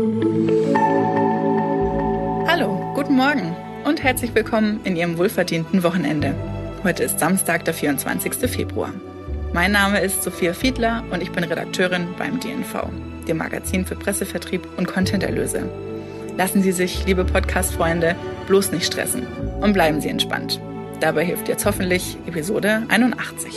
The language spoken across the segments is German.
Hallo, guten Morgen und herzlich willkommen in Ihrem wohlverdienten Wochenende. Heute ist Samstag, der 24. Februar. Mein Name ist Sophia Fiedler und ich bin Redakteurin beim DNV, dem Magazin für Pressevertrieb und Content-Erlöse. Lassen Sie sich, liebe Podcast-Freunde, bloß nicht stressen und bleiben Sie entspannt. Dabei hilft jetzt hoffentlich Episode 81.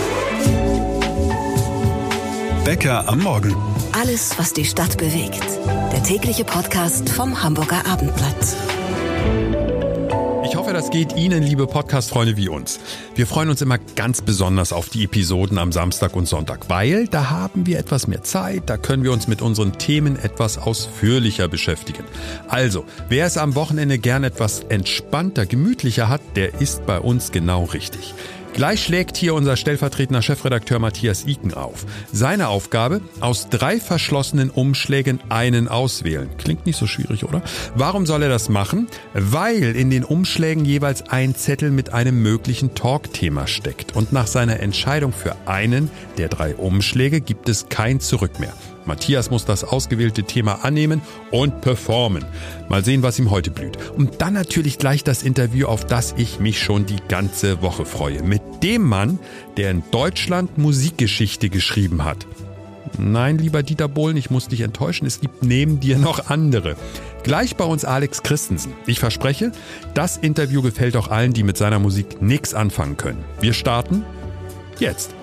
Bäcker am Morgen. Alles, was die Stadt bewegt. Der tägliche Podcast vom Hamburger Abendblatt. Ich hoffe, das geht Ihnen, liebe Podcast-Freunde, wie uns. Wir freuen uns immer ganz besonders auf die Episoden am Samstag und Sonntag, weil da haben wir etwas mehr Zeit, da können wir uns mit unseren Themen etwas ausführlicher beschäftigen. Also, wer es am Wochenende gern etwas entspannter, gemütlicher hat, der ist bei uns genau richtig. Gleich schlägt hier unser stellvertretender Chefredakteur Matthias Iken auf. Seine Aufgabe: aus 3 verschlossenen Umschlägen einen auswählen. Klingt nicht so schwierig, oder? Warum soll er das machen? Weil in den Umschlägen jeweils ein Zettel mit einem möglichen Talkthema steckt. Und nach seiner Entscheidung für einen der 3 Umschläge gibt es kein Zurück mehr. Matthias muss das ausgewählte Thema annehmen und performen. Mal sehen, was ihm heute blüht. Und dann natürlich gleich das Interview, auf das ich mich schon die ganze Woche freue. Mit dem Mann, der in Deutschland Musikgeschichte geschrieben hat. Nein, lieber Dieter Bohlen, ich muss dich enttäuschen, es gibt neben dir noch andere. Gleich bei uns Alex Christensen. Ich verspreche, das Interview gefällt auch allen, die mit seiner Musik nichts anfangen können. Wir starten jetzt.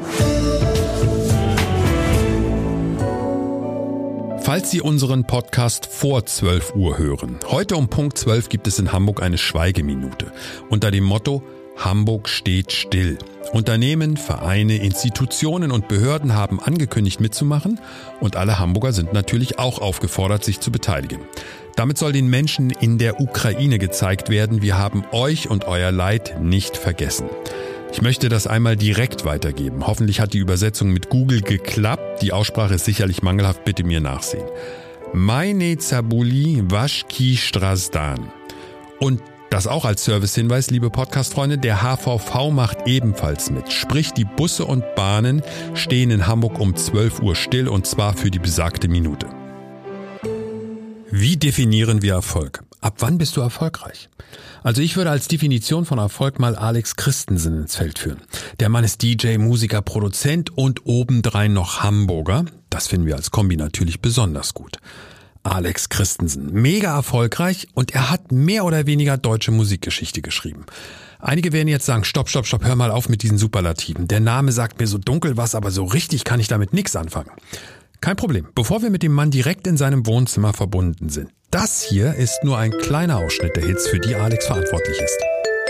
Falls Sie unseren Podcast vor 12 Uhr hören, heute um Punkt 12 gibt es in Hamburg eine Schweigeminute unter dem Motto Hamburg steht still. Unternehmen, Vereine, Institutionen und Behörden haben angekündigt mitzumachen und alle Hamburger sind natürlich auch aufgefordert, sich zu beteiligen. Damit soll den Menschen in der Ukraine gezeigt werden, wir haben euch und euer Leid nicht vergessen. Ich möchte das einmal direkt weitergeben. Hoffentlich hat die Übersetzung mit Google geklappt. Die Aussprache ist sicherlich mangelhaft, bitte mir nachsehen. Meine Zabuli Vashki Strasdan. Und das auch als Servicehinweis, liebe Podcast-Freunde, der HVV macht ebenfalls mit. Sprich, die Busse und Bahnen stehen in Hamburg um 12 Uhr still und zwar für die besagte Minute. Wie definieren wir Erfolg? Ab wann bist du erfolgreich? Also ich würde als Definition von Erfolg mal Alex Christensen ins Feld führen. Der Mann ist DJ, Musiker, Produzent und obendrein noch Hamburger. Das finden wir als Kombi natürlich besonders gut. Alex Christensen, mega erfolgreich und er hat mehr oder weniger deutsche Musikgeschichte geschrieben. Einige werden jetzt sagen, stopp, hör mal auf mit diesen Superlativen. Der Name sagt mir so dunkel was, aber so richtig kann ich damit nichts anfangen. Kein Problem, bevor wir mit dem Mann direkt in seinem Wohnzimmer verbunden sind. Das hier ist nur ein kleiner Ausschnitt der Hits, für die Alex verantwortlich ist.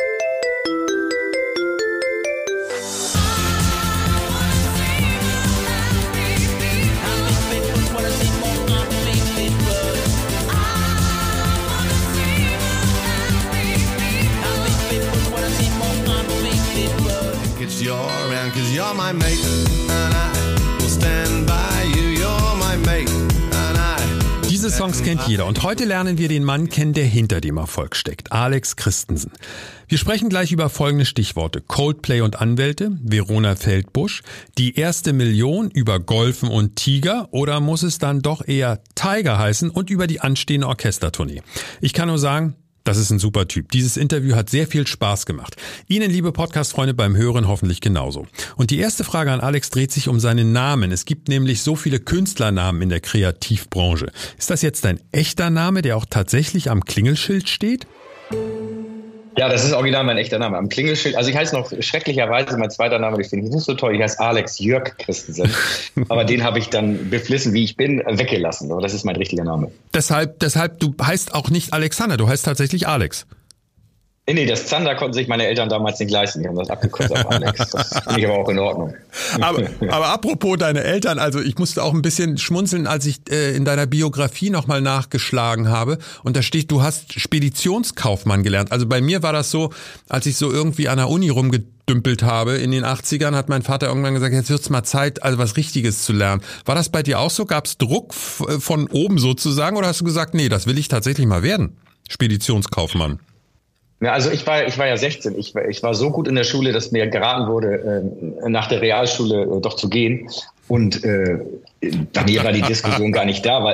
Diese Songs kennt jeder und heute lernen wir den Mann kennen, der hinter dem Erfolg steckt, Alex Christensen. Wir sprechen gleich über folgende Stichworte: Coldplay und Anwälte, Verona Feldbusch, die erste Million, über Golfen und Tiger oder muss es dann doch eher Tiger heißen und über die anstehende Orchestertournee. Ich kann nur sagen, das ist ein super Typ. Dieses Interview hat sehr viel Spaß gemacht. Ihnen, liebe Podcast-Freunde, beim Hören hoffentlich genauso. Und die erste Frage an Alex dreht sich um seinen Namen. Es gibt nämlich so viele Künstlernamen in der Kreativbranche. Ist das jetzt dein echter Name, der auch tatsächlich am Klingelschild steht? Ja, das ist original mein echter Name. Am Klingelschild, also ich heiße noch schrecklicherweise, mein zweiter Name, den finde ich nicht so toll, ich heiße Alex Jörg Christensen. Aber den habe ich dann beflissen, wie ich bin, weggelassen. Aber das ist mein richtiger Name. Deshalb, du heißt auch nicht Alexander, du heißt tatsächlich Alex. Nee, das Zander konnten sich meine Eltern damals nicht leisten. Die haben das abgekürzt auf Alex. Das finde ich aber auch in Ordnung. Aber apropos deine Eltern, also ich musste auch ein bisschen schmunzeln, als ich in deiner Biografie nochmal nachgeschlagen habe. Und da steht, du hast Speditionskaufmann gelernt. Also bei mir war das so, als ich so irgendwie an der Uni rumgedümpelt habe in den 80ern, hat mein Vater irgendwann gesagt, jetzt wird's mal Zeit, also was Richtiges zu lernen. War das bei dir auch so? Gab's Druck von oben sozusagen? Oder hast du gesagt, nee, das will ich tatsächlich mal werden? Speditionskaufmann. Ja, also ich war ja 16. Ich war so gut in der Schule, dass mir geraten wurde, nach der Realschule doch zu gehen. Und Bei mir war die Diskussion gar nicht da,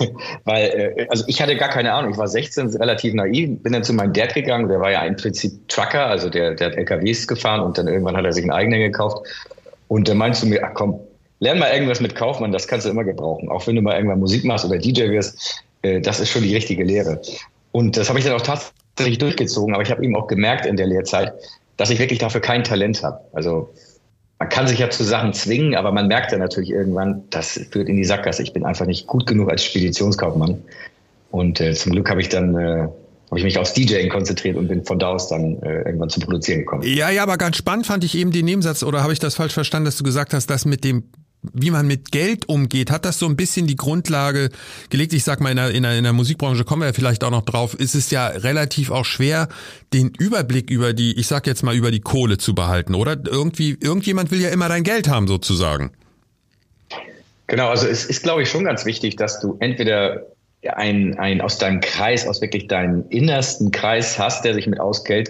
also ich hatte gar keine Ahnung. Ich war 16, relativ naiv, bin dann zu meinem Dad gegangen. Der war ja im Prinzip Trucker, also der hat LKWs gefahren und dann irgendwann hat er sich einen eigenen gekauft. Und der meinte zu mir, ach komm, lern mal irgendwas mit Kaufmann, das kannst du immer gebrauchen. Auch wenn du mal irgendwann Musik machst oder DJ wirst, das ist schon die richtige Lehre. Und das habe ich dann auch tatsächlich durchgezogen. Aber ich habe eben auch gemerkt in der Lehrzeit, dass ich wirklich dafür kein Talent habe. Also man kann sich ja zu Sachen zwingen, aber man merkt ja natürlich irgendwann, das führt in die Sackgasse. Ich bin einfach nicht gut genug als Speditionskaufmann. Und zum Glück habe ich mich aufs DJing konzentriert und bin von da aus dann irgendwann zum Produzieren gekommen. Ja, aber ganz spannend fand ich eben den Nebensatz, oder habe ich das falsch verstanden, dass du gesagt hast, dass mit dem, wie man mit Geld umgeht, hat das so ein bisschen die Grundlage gelegt. Ich sag mal, in der Musikbranche kommen wir ja vielleicht auch noch drauf, ist es ja relativ auch schwer, den Überblick über die, ich sag jetzt mal, über die Kohle zu behalten, oder? Irgendjemand will ja immer dein Geld haben, sozusagen. Genau, also es ist, glaube ich, schon ganz wichtig, dass du entweder ein aus deinem Kreis, aus wirklich deinem innersten Kreis hast, der sich mit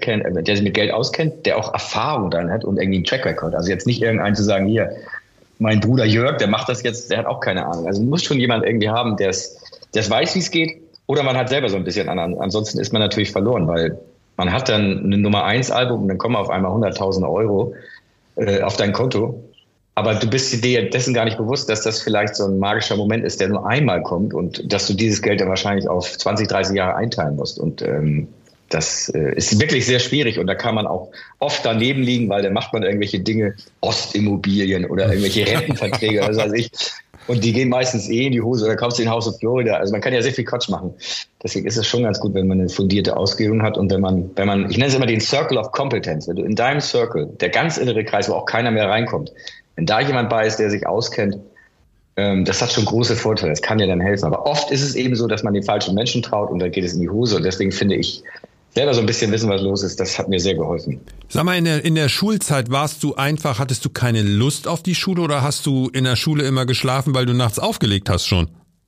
Geld auskennt, der auch Erfahrung dann hat und irgendwie einen Track Record. Also jetzt nicht irgendeinen zu sagen, hier, mein Bruder Jörg, der macht das jetzt, der hat auch keine Ahnung. Also muss schon jemand irgendwie haben, der es weiß, wie es geht, oder man hat selber so ein bisschen an. Ansonsten ist man natürlich verloren, weil man hat dann ein Nummer-1-Album und dann kommen auf einmal 100.000 Euro auf dein Konto. Aber du bist dir dessen gar nicht bewusst, dass das vielleicht so ein magischer Moment ist, der nur einmal kommt und dass du dieses Geld dann wahrscheinlich auf 20, 30 Jahre einteilen musst. Und das ist wirklich sehr schwierig und da kann man auch oft daneben liegen, weil dann macht man irgendwelche Dinge, Ostimmobilien oder irgendwelche Rentenverträge oder was weiß ich. Und die gehen meistens in die Hose oder kaufst du ein Haus in Florida. Also man kann ja sehr viel Quatsch machen. Deswegen ist es schon ganz gut, wenn man eine fundierte Ausbildung hat und wenn man, ich nenne es immer den Circle of Competence, wenn du in deinem Circle, der ganz innere Kreis, wo auch keiner mehr reinkommt, wenn da jemand bei ist, der sich auskennt, das hat schon große Vorteile. Das kann dir dann helfen. Aber oft ist es eben so, dass man den falschen Menschen traut und dann geht es in die Hose. Und deswegen finde ich, selber so ein bisschen wissen, was los ist, das hat mir sehr geholfen. Sag mal, in der Schulzeit hattest du keine Lust auf die Schule oder hast du in der Schule immer geschlafen, weil du nachts aufgelegt hast schon?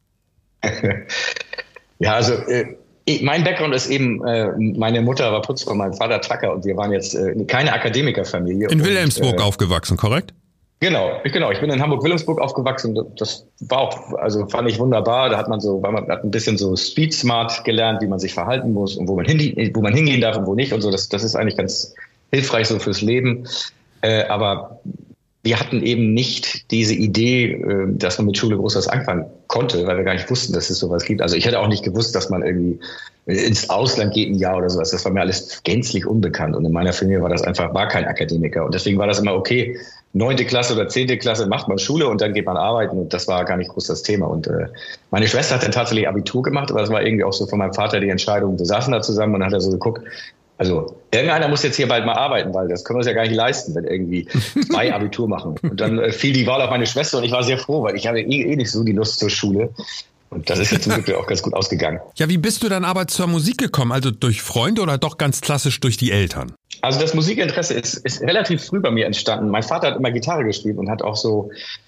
Ja, also mein Background ist eben, meine Mutter war Putzfrau, mein Vater Trucker und wir waren jetzt keine Akademikerfamilie. In Wilhelmsburg aufgewachsen, korrekt? Genau. Ich bin in Hamburg-Wilhelmsburg aufgewachsen. Das war auch, also fand ich wunderbar. Da hat man hat ein bisschen so Street Smart gelernt, wie man sich verhalten muss und wo man hingehen darf und wo nicht und so. Das ist eigentlich ganz hilfreich so fürs Leben. Aber wir hatten eben nicht diese Idee, dass man mit Schule groß was anfangen konnte, weil wir gar nicht wussten, dass es sowas gibt. Also ich hätte auch nicht gewusst, dass man irgendwie ins Ausland geht ein Jahr oder sowas. Das war mir alles gänzlich unbekannt. Und in meiner Familie war kein Akademiker. Und deswegen war das immer okay, 9. Klasse oder 10. Klasse macht man Schule und dann geht man arbeiten. Und das war gar nicht groß das Thema. Und meine Schwester hat dann tatsächlich Abitur gemacht, aber das war irgendwie auch so von meinem Vater die Entscheidung. Wir saßen da zusammen und dann hat er so geguckt, also irgendeiner muss jetzt hier bald mal arbeiten, weil das können wir uns ja gar nicht leisten, wenn irgendwie 2 Abitur machen. Und dann fiel die Wahl auf meine Schwester und ich war sehr froh, weil ich hatte eh nicht so die Lust zur Schule. Und das ist jetzt zum Glück auch ganz gut ausgegangen. Ja, wie bist du dann aber zur Musik gekommen? Also durch Freunde oder doch ganz klassisch durch die Eltern? Also das Musikinteresse ist relativ früh bei mir entstanden. Mein Vater hat immer Gitarre gespielt und hat auch so,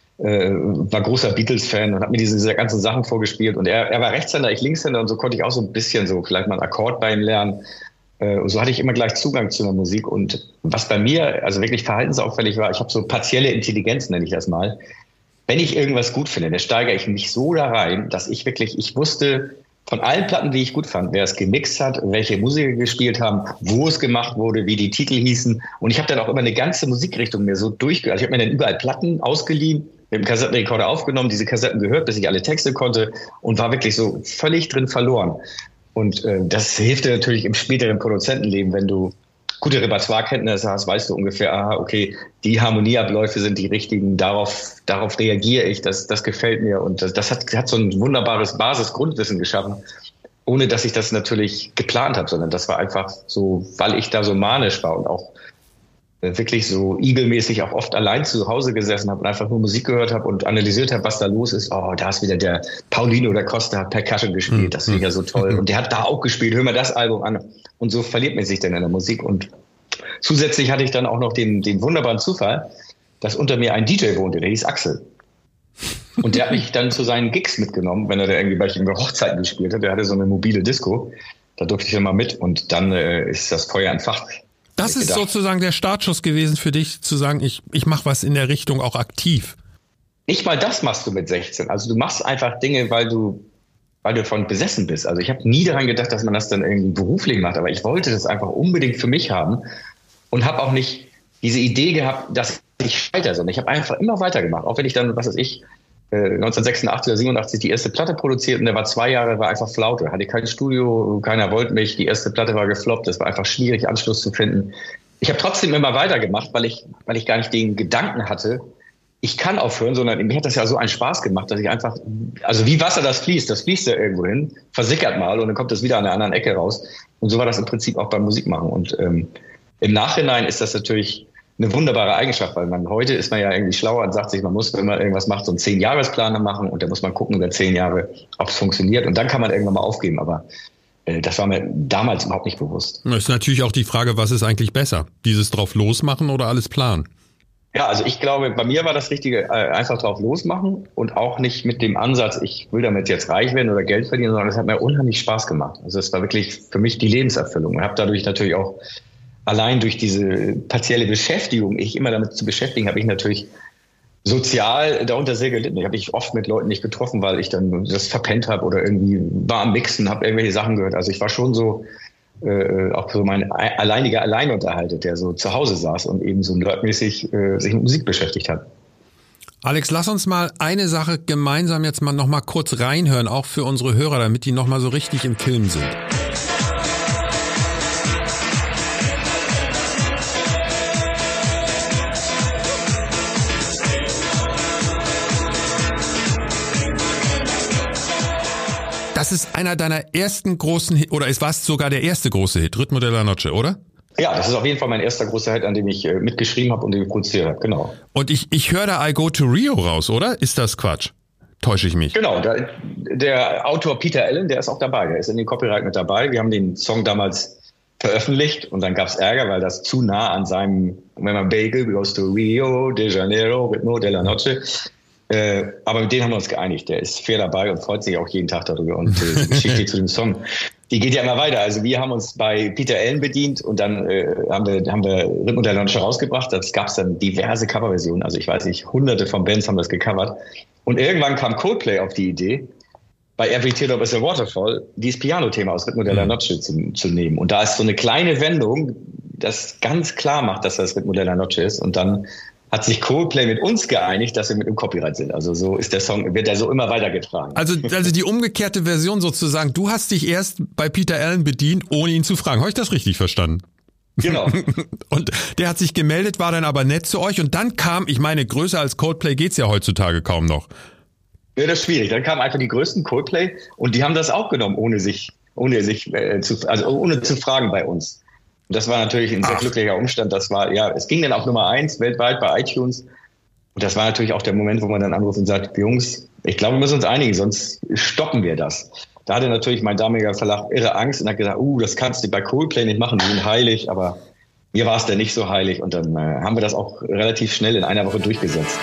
war großer Beatles-Fan und hat mir diese ganzen Sachen vorgespielt. Und er war Rechtshänder, ich Linkshänder und so konnte ich auch so ein bisschen so vielleicht mal einen Akkord bei ihm lernen. Und so hatte ich immer gleich Zugang zu der Musik. Und was bei mir also wirklich verhaltensauffällig war, ich habe so partielle Intelligenz, nenne ich das mal. Wenn ich irgendwas gut finde, dann steigere ich mich so da rein, dass ich wusste von allen Platten, die ich gut fand, wer es gemixt hat, welche Musiker gespielt haben, wo es gemacht wurde, wie die Titel hießen. Und ich habe dann auch immer eine ganze Musikrichtung mir so durchgehört. Ich habe mir dann überall Platten ausgeliehen, mit dem Kassettenrekorder aufgenommen, diese Kassetten gehört, bis ich alle Texte konnte und war wirklich so völlig drin verloren. Und das hilft dir natürlich im späteren Produzentenleben, wenn du gute Repertoirekenntnisse hast, weißt du ungefähr, okay, die Harmonieabläufe sind die richtigen, darauf reagiere ich, das gefällt mir. Und das hat so ein wunderbares Basisgrundwissen geschaffen, ohne dass ich das natürlich geplant habe, sondern das war einfach so, weil ich da so manisch war und auch wirklich so igelmäßig auch oft allein zu Hause gesessen habe und einfach nur Musik gehört habe und analysiert habe, was da los ist. Oh, da ist wieder der Paulino da Costa, hat Percussion gespielt, das finde ich ja so toll. Und der hat da auch gespielt, hör mal das Album an. Und so verliert man sich dann in der Musik. Und zusätzlich hatte ich dann auch noch den wunderbaren Zufall, dass unter mir ein DJ wohnte, der hieß Axel. Und der hat mich dann zu seinen Gigs mitgenommen, wenn er da irgendwie bei Hochzeiten gespielt hat. Der hatte so eine mobile Disco, da durfte ich dann mal mit und dann ist das Feuer entfacht. Das ist sozusagen der Startschuss gewesen für dich, zu sagen, ich mache was in der Richtung auch aktiv. nicht mal das machst du mit 16. Also du machst einfach Dinge, weil du davon besessen bist. Also ich habe nie daran gedacht, dass man das dann irgendwie beruflich macht, aber ich wollte das einfach unbedingt für mich haben und habe auch nicht diese Idee gehabt, dass ich scheitere, sondern ich habe einfach immer weitergemacht. Auch wenn ich dann, 1986 oder 87 die erste Platte produziert und der war 2 Jahre, war einfach Flaute. Hatte kein Studio, keiner wollte mich, die erste Platte war gefloppt, es war einfach schwierig, Anschluss zu finden. Ich habe trotzdem immer weitergemacht, weil ich gar nicht den Gedanken hatte, ich kann aufhören, sondern mir hat das ja so einen Spaß gemacht, dass ich einfach, also wie Wasser das fließt ja irgendwo hin, versickert mal und dann kommt das wieder an der anderen Ecke raus. Und so war das im Prinzip auch beim Musikmachen. Und im Nachhinein ist das natürlich eine wunderbare Eigenschaft, weil heute ist man ja irgendwie schlauer und sagt sich, man muss, wenn man irgendwas macht, so einen 10-Jahres-Plan machen und da muss man gucken über 10 Jahre, ob es funktioniert und dann kann man irgendwann mal aufgeben. Aber das war mir damals überhaupt nicht bewusst. Das ist natürlich auch die Frage, was ist eigentlich besser? Dieses drauf losmachen oder alles planen? Ja, also ich glaube, bei mir war das Richtige, einfach drauf losmachen und auch nicht mit dem Ansatz, ich will damit jetzt reich werden oder Geld verdienen, sondern es hat mir unheimlich Spaß gemacht. Also es war wirklich für mich die Lebenserfüllung. Ich habe dadurch natürlich auch, allein durch diese partielle Beschäftigung, mich immer damit zu beschäftigen, habe ich natürlich sozial darunter sehr gelitten. Ich habe mich oft mit Leuten nicht getroffen, weil ich dann das verpennt habe oder irgendwie war am Mixen, habe irgendwelche Sachen gehört. Also ich war schon so auch so mein alleiniger Alleinunterhalter, der so zu Hause saß und eben so nerdmäßig sich mit Musik beschäftigt hat. Alex, lass uns mal eine Sache gemeinsam jetzt mal noch mal kurz reinhören, auch für unsere Hörer, damit die noch mal so richtig im Film sind. Das ist einer deiner ersten großen Hit, oder es war sogar der erste große Hit, Ritmo della Noche, oder? Ja, das ist auf jeden Fall mein erster großer Hit, an dem ich mitgeschrieben habe und den produziert habe, genau. Und ich höre da I Go to Rio raus, oder? Ist das Quatsch? Täusche ich mich? Genau, der Autor Peter Allen, der ist auch dabei, der ist in den Copyright mit dabei. Wir haben den Song damals veröffentlicht und dann gab es Ärger, weil das zu nah an seinem When my baby goes to Rio de Janeiro, Ritmo della Noche. Aber mit denen haben wir uns geeinigt. Der ist fair dabei und freut sich auch jeden Tag darüber. Und die Geschichte zu dem Song, die geht ja immer weiter. Also wir haben uns bei Peter Allen bedient und dann haben wir Ritmo della Noche rausgebracht. Das gab es dann diverse Coverversionen. Also ich weiß nicht, hunderte von Bands haben das gecovert. Und irgendwann kam Coldplay auf die Idee, bei Every Teardrop is a Waterfall dieses Piano-Thema aus Ritmo della Noche zu nehmen. Und da ist so eine kleine Wendung, das ganz klar macht, dass das Ritmo della Noche ist. Und dann hat sich Coldplay mit uns geeinigt, dass wir mit dem Copyright sind. Also so ist der Song, wird er so immer weitergetragen. Also die umgekehrte Version sozusagen, du hast dich erst bei Peter Allen bedient, ohne ihn zu fragen. Habe ich das richtig verstanden? Genau. Und der hat sich gemeldet, war dann aber nett zu euch und dann kam, ich meine, größer als Coldplay geht's ja heutzutage kaum noch. Ja, das ist schwierig. Dann kamen einfach die größten Coldplay und die haben das auch genommen, ohne zu fragen bei uns. Und das war natürlich ein sehr glücklicher Umstand. Das war, ja, es ging dann auf Nummer 1 weltweit bei iTunes. Und das war natürlich auch der Moment, wo man dann anruft und sagt, Jungs, ich glaube, wir müssen uns einigen, sonst stoppen wir das. Da hatte natürlich mein damaliger Verlag irre Angst und hat gesagt, das kannst du bei Coldplay nicht machen, die sind heilig. Aber mir war es dann nicht so heilig. Und dann haben wir das auch relativ schnell in einer Woche durchgesetzt.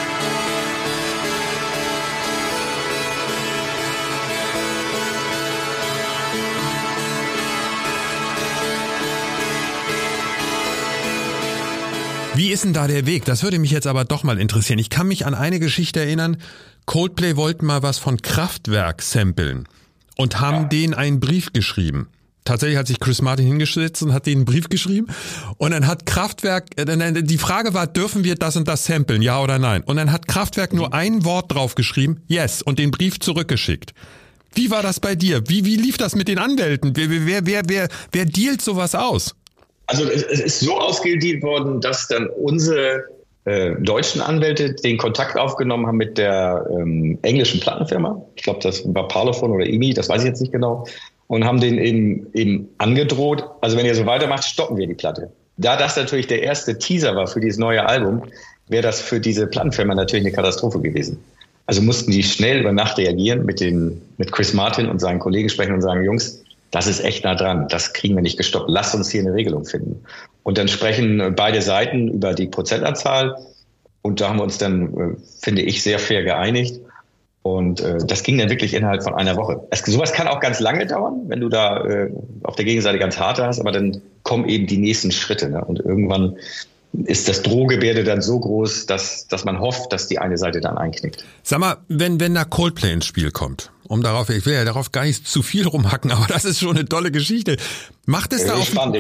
Wie ist denn da der Weg? Das würde mich jetzt aber doch mal interessieren. Ich kann mich an eine Geschichte erinnern. Coldplay wollten mal was von Kraftwerk samplen und haben denen einen Brief geschrieben. Tatsächlich hat sich Chris Martin hingesetzt und hat denen einen Brief geschrieben. Und dann hat Kraftwerk, die Frage war, dürfen wir das und das samplen, ja oder nein? Und dann hat Kraftwerk nur ein Wort drauf geschrieben, yes, und den Brief zurückgeschickt. Wie war das bei dir? Wie lief das mit den Anwälten? Wer dealt sowas aus? Also es ist so ausgedealt worden, dass dann unsere deutschen Anwälte den Kontakt aufgenommen haben mit der englischen Plattenfirma. Ich glaube, das war Parlophone oder EMI, das weiß ich jetzt nicht genau. Und haben denen eben angedroht, also wenn ihr so weitermacht, stoppen wir die Platte. Da das natürlich der erste Teaser war für dieses neue Album, wäre das für diese Plattenfirma natürlich eine Katastrophe gewesen. Also mussten die schnell über Nacht reagieren, mit Chris Martin und seinen Kollegen sprechen und sagen, Jungs, das ist echt nah dran, das kriegen wir nicht gestoppt, lasst uns hier eine Regelung finden. Und dann sprechen beide Seiten über die Prozentanzahl und da haben wir uns dann, finde ich, sehr fair geeinigt. Und das ging dann wirklich innerhalb von einer Woche. Sowas kann auch ganz lange dauern, wenn du da auf der Gegenseite ganz harte hast, aber dann kommen eben die nächsten Schritte. Ne? Und irgendwann ist das Drohgebärde dann so groß, dass man hofft, dass die eine Seite dann einknickt. Sag mal, wenn da Coldplay ins Spiel kommt, ich will ja darauf gar nicht zu viel rumhacken, aber das ist schon eine tolle Geschichte. Macht es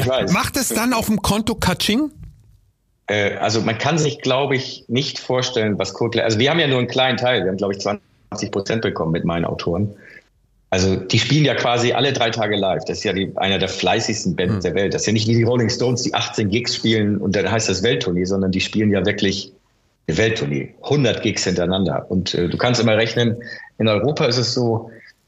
dann auf dem Konto Katsching? Also man kann sich, glaube ich, nicht vorstellen, was Coldplay, also wir haben ja nur einen kleinen Teil, wir haben, glaube ich, 20% bekommen mit meinen Autoren. Also die spielen ja quasi alle 3 Tage live. Das ist ja einer der fleißigsten Bands der Welt. Das ist ja nicht wie die Rolling Stones, die 18 Gigs spielen und dann heißt das Welttournee, sondern die spielen ja wirklich eine Welttournee. 100 Gigs hintereinander. Und du kannst immer rechnen, in Europa ist es so,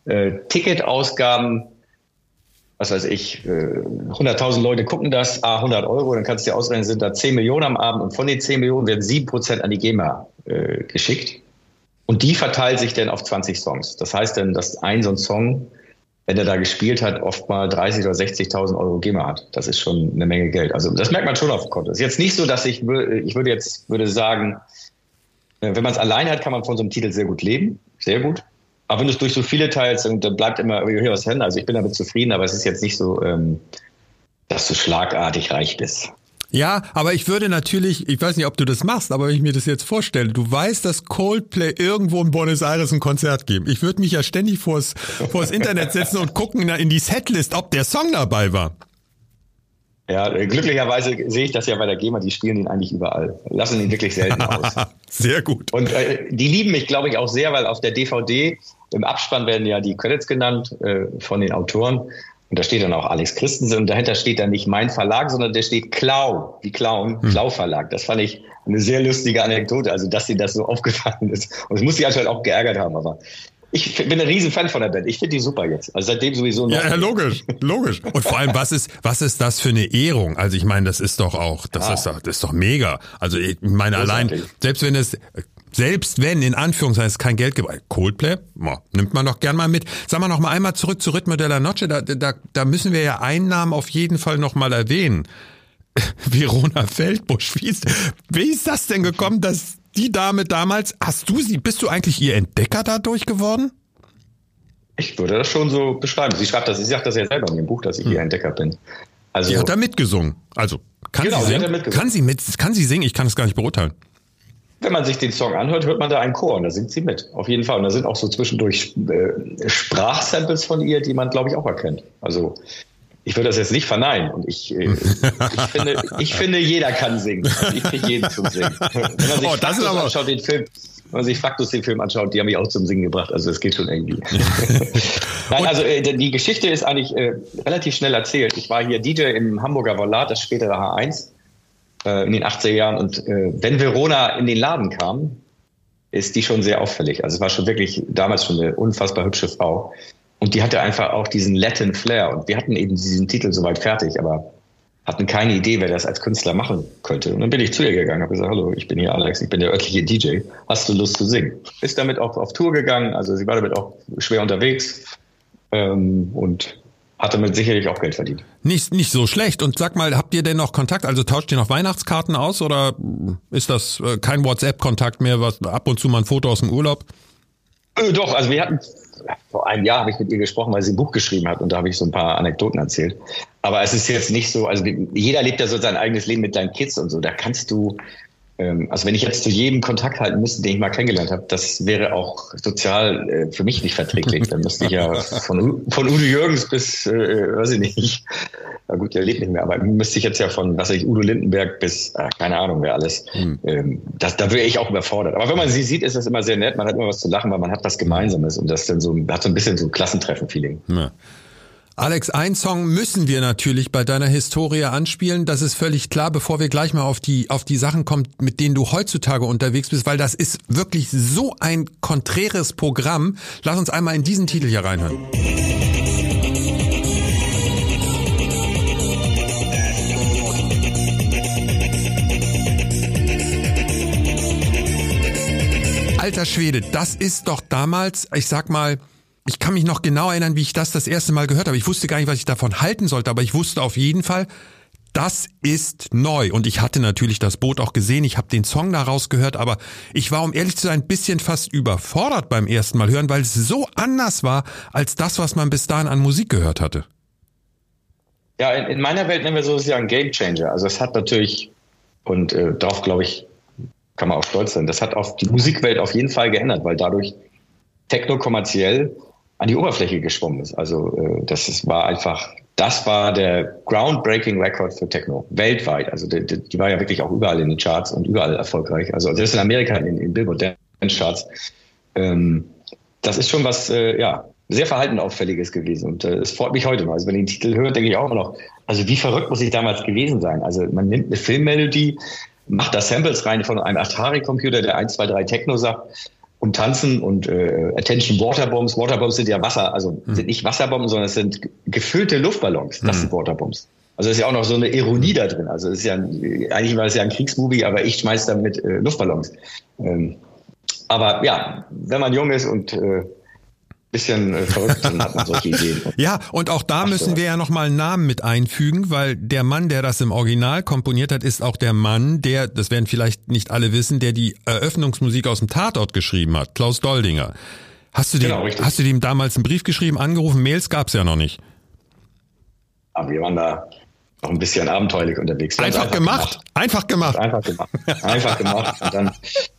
Ticketausgaben, was weiß ich, 100.000 Leute gucken das, 100 Euro, dann kannst du dir ausrechnen, sind da 10 Millionen am Abend und von den 10 Millionen werden 7% an die GEMA geschickt. Und die verteilt sich dann auf 20 Songs. Das heißt dann, dass so ein Song, wenn er da gespielt hat, oft mal 30.000 oder 60.000 Euro GEMA hat. Das ist schon eine Menge Geld. Also das merkt man schon auf dem Konto. Es ist jetzt nicht so, dass ich würde sagen, wenn man es allein hat, kann man von so einem Titel sehr gut leben. Sehr gut. Aber wenn du es durch so viele teilst, dann bleibt immer hier was hängen. Also ich bin damit zufrieden, aber es ist jetzt nicht so, dass du schlagartig reich bist. Ja, aber ich würde natürlich, ich weiß nicht, ob du das machst, aber wenn ich mir das jetzt vorstelle, du weißt, dass Coldplay irgendwo in Buenos Aires ein Konzert geben. Ich würde mich ja ständig vors Internet setzen und gucken in die Setlist, ob der Song dabei war. Ja, glücklicherweise sehe ich das ja bei der GEMA, die spielen ihn eigentlich überall. Lassen ihn wirklich selten aus. Sehr gut. Und die lieben mich, glaube ich, auch sehr, weil auf der DVD im Abspann werden ja die Credits genannt von den Autoren. Und da steht dann auch Alex Christensen und dahinter steht dann nicht mein Verlag, sondern der steht Klau, wie Clown, Klau Verlag. Das fand ich eine sehr lustige Anekdote, also dass ihnen das so aufgefallen ist. Und es muss sie halt auch geärgert haben, aber ich bin ein riesen Fan von der Band. Ich finde die super jetzt. Also seitdem sowieso noch. Ja, logisch. Und vor allem, was ist das für eine Ehrung? Also ich meine, das ist doch auch, das ist doch mega. Also ich meine, allein, selbst wenn in Anführungszeichen es kein Geld gibt, Coldplay, nimmt man doch gern mal mit. Sagen wir noch mal einmal zurück zu Ritmo de la Noche, da müssen wir ja einen Namen auf jeden Fall noch mal erwähnen. Verona Feldbusch. Wie ist das denn gekommen, dass die Dame damals, bist du eigentlich ihr Entdecker dadurch geworden? Ich würde das schon so beschreiben. Sie sagt das ja selber in ihrem Buch, dass ich ihr Entdecker bin. Also, sie hat da mitgesungen. Also, kann sie singen? Kann sie singen? Ich kann es gar nicht beurteilen. Wenn man sich den Song anhört, hört man da einen Chor und da singt sie mit. Auf jeden Fall. Und da sind auch so zwischendurch Sprachsamples von ihr, die man, glaube ich, auch erkennt. Also ich würde das jetzt nicht verneinen. Und ich finde, jeder kann singen. Also ich kriege jeden zum Singen. Wenn man sich Faktus den Film anschaut, die haben mich auch zum Singen gebracht. Also das geht schon irgendwie. Nein, also die Geschichte ist eigentlich relativ schnell erzählt. Ich war hier DJ im Hamburger Volat, das spätere H1. In den 80er Jahren und wenn Verona in den Laden kam, ist die schon sehr auffällig. Also es war schon wirklich damals schon eine unfassbar hübsche Frau und die hatte einfach auch diesen Latin Flair und wir hatten eben diesen Titel soweit fertig, aber hatten keine Idee, wer das als Künstler machen könnte. Und dann bin ich zu ihr gegangen, habe gesagt, hallo, ich bin hier Alex, ich bin der örtliche DJ, hast du Lust zu singen? Ist damit auch auf Tour gegangen, also sie war damit auch schwer unterwegs und hat damit sicherlich auch Geld verdient. Nicht so schlecht. Und sag mal, habt ihr denn noch Kontakt? Also tauscht ihr noch Weihnachtskarten aus oder ist das kein WhatsApp-Kontakt mehr, was ab und zu mal ein Foto aus dem Urlaub? Doch, also wir hatten, vor einem Jahr habe ich mit ihr gesprochen, weil sie ein Buch geschrieben hat und da habe ich so ein paar Anekdoten erzählt. Aber es ist jetzt nicht so, also jeder lebt ja so sein eigenes Leben mit seinen Kids und so, da kannst du, also wenn ich jetzt zu jedem Kontakt halten müsste, den ich mal kennengelernt habe, das wäre auch sozial für mich nicht verträglich. Dann müsste ich ja von Udo Jürgens bis, weiß ich nicht, na gut, der lebt nicht mehr, aber müsste ich jetzt ja von, Udo Lindenberg bis, keine Ahnung, wer alles. Da wäre ich auch überfordert. Aber wenn man sie sieht, ist das immer sehr nett, man hat immer was zu lachen, weil man hat was Gemeinsames und das dann so, hat so ein bisschen so ein Klassentreffen-Feeling. Ja. Alex, einen Song müssen wir natürlich bei deiner Historie anspielen. Das ist völlig klar, bevor wir gleich mal auf die Sachen kommen, mit denen du heutzutage unterwegs bist, weil das ist wirklich so ein konträres Programm. Lass uns einmal in diesen Titel hier reinhören. Alter Schwede, das ist doch damals, ich sag mal, ich kann mich noch genau erinnern, wie ich das erste Mal gehört habe. Ich wusste gar nicht, was ich davon halten sollte, aber ich wusste auf jeden Fall, das ist neu. Und ich hatte natürlich das Boot auch gesehen, ich habe den Song daraus gehört, aber ich war, um ehrlich zu sein, ein bisschen fast überfordert beim ersten Mal hören, weil es so anders war, als das, was man bis dahin an Musik gehört hatte. Ja, in meiner Welt nennen wir sozusagen Game Changer. Also es hat natürlich Und darauf, glaube ich, kann man auch stolz sein. Das hat auf die Musikwelt auf jeden Fall geändert, weil dadurch Techno kommerziell an die Oberfläche geschwommen ist. Also das war der groundbreaking Record für Techno weltweit. Also die war ja wirklich auch überall in den Charts und überall erfolgreich. Also selbst in Amerika in den Billboard Dance Charts. Das ist schon was sehr verhaltenauffälliges gewesen. Und es freut mich heute noch. Also wenn ich den Titel höre, denke ich auch immer noch, also wie verrückt muss ich damals gewesen sein? Also man nimmt eine Filmmelodie, macht da Samples rein von einem Atari-Computer, der 1, 2, 3 Techno sagt, und tanzen und Attention Waterbombs. Waterbombs sind ja Wasser, also sind nicht Wasserbomben, sondern es sind gefüllte Luftballons. Das sind Waterbombs. Also ist ja auch noch so eine Ironie da drin. Also es ist ja eigentlich war es ja ein Kriegsmovie, aber ich schmeiß damit Luftballons. Aber ja, wenn man jung ist und bisschen verrückt, dann hat man solche Ideen. Ja, und auch da müssen wir ja nochmal einen Namen mit einfügen, weil der Mann, der das im Original komponiert hat, ist auch der Mann, der, das werden vielleicht nicht alle wissen, der die Eröffnungsmusik aus dem Tatort geschrieben hat, Klaus Doldinger. Hast du dem damals einen Brief geschrieben, angerufen? Mails gab's ja noch nicht. Aber wir waren da noch ein bisschen abenteuerlich unterwegs. Einfach gemacht. Und dann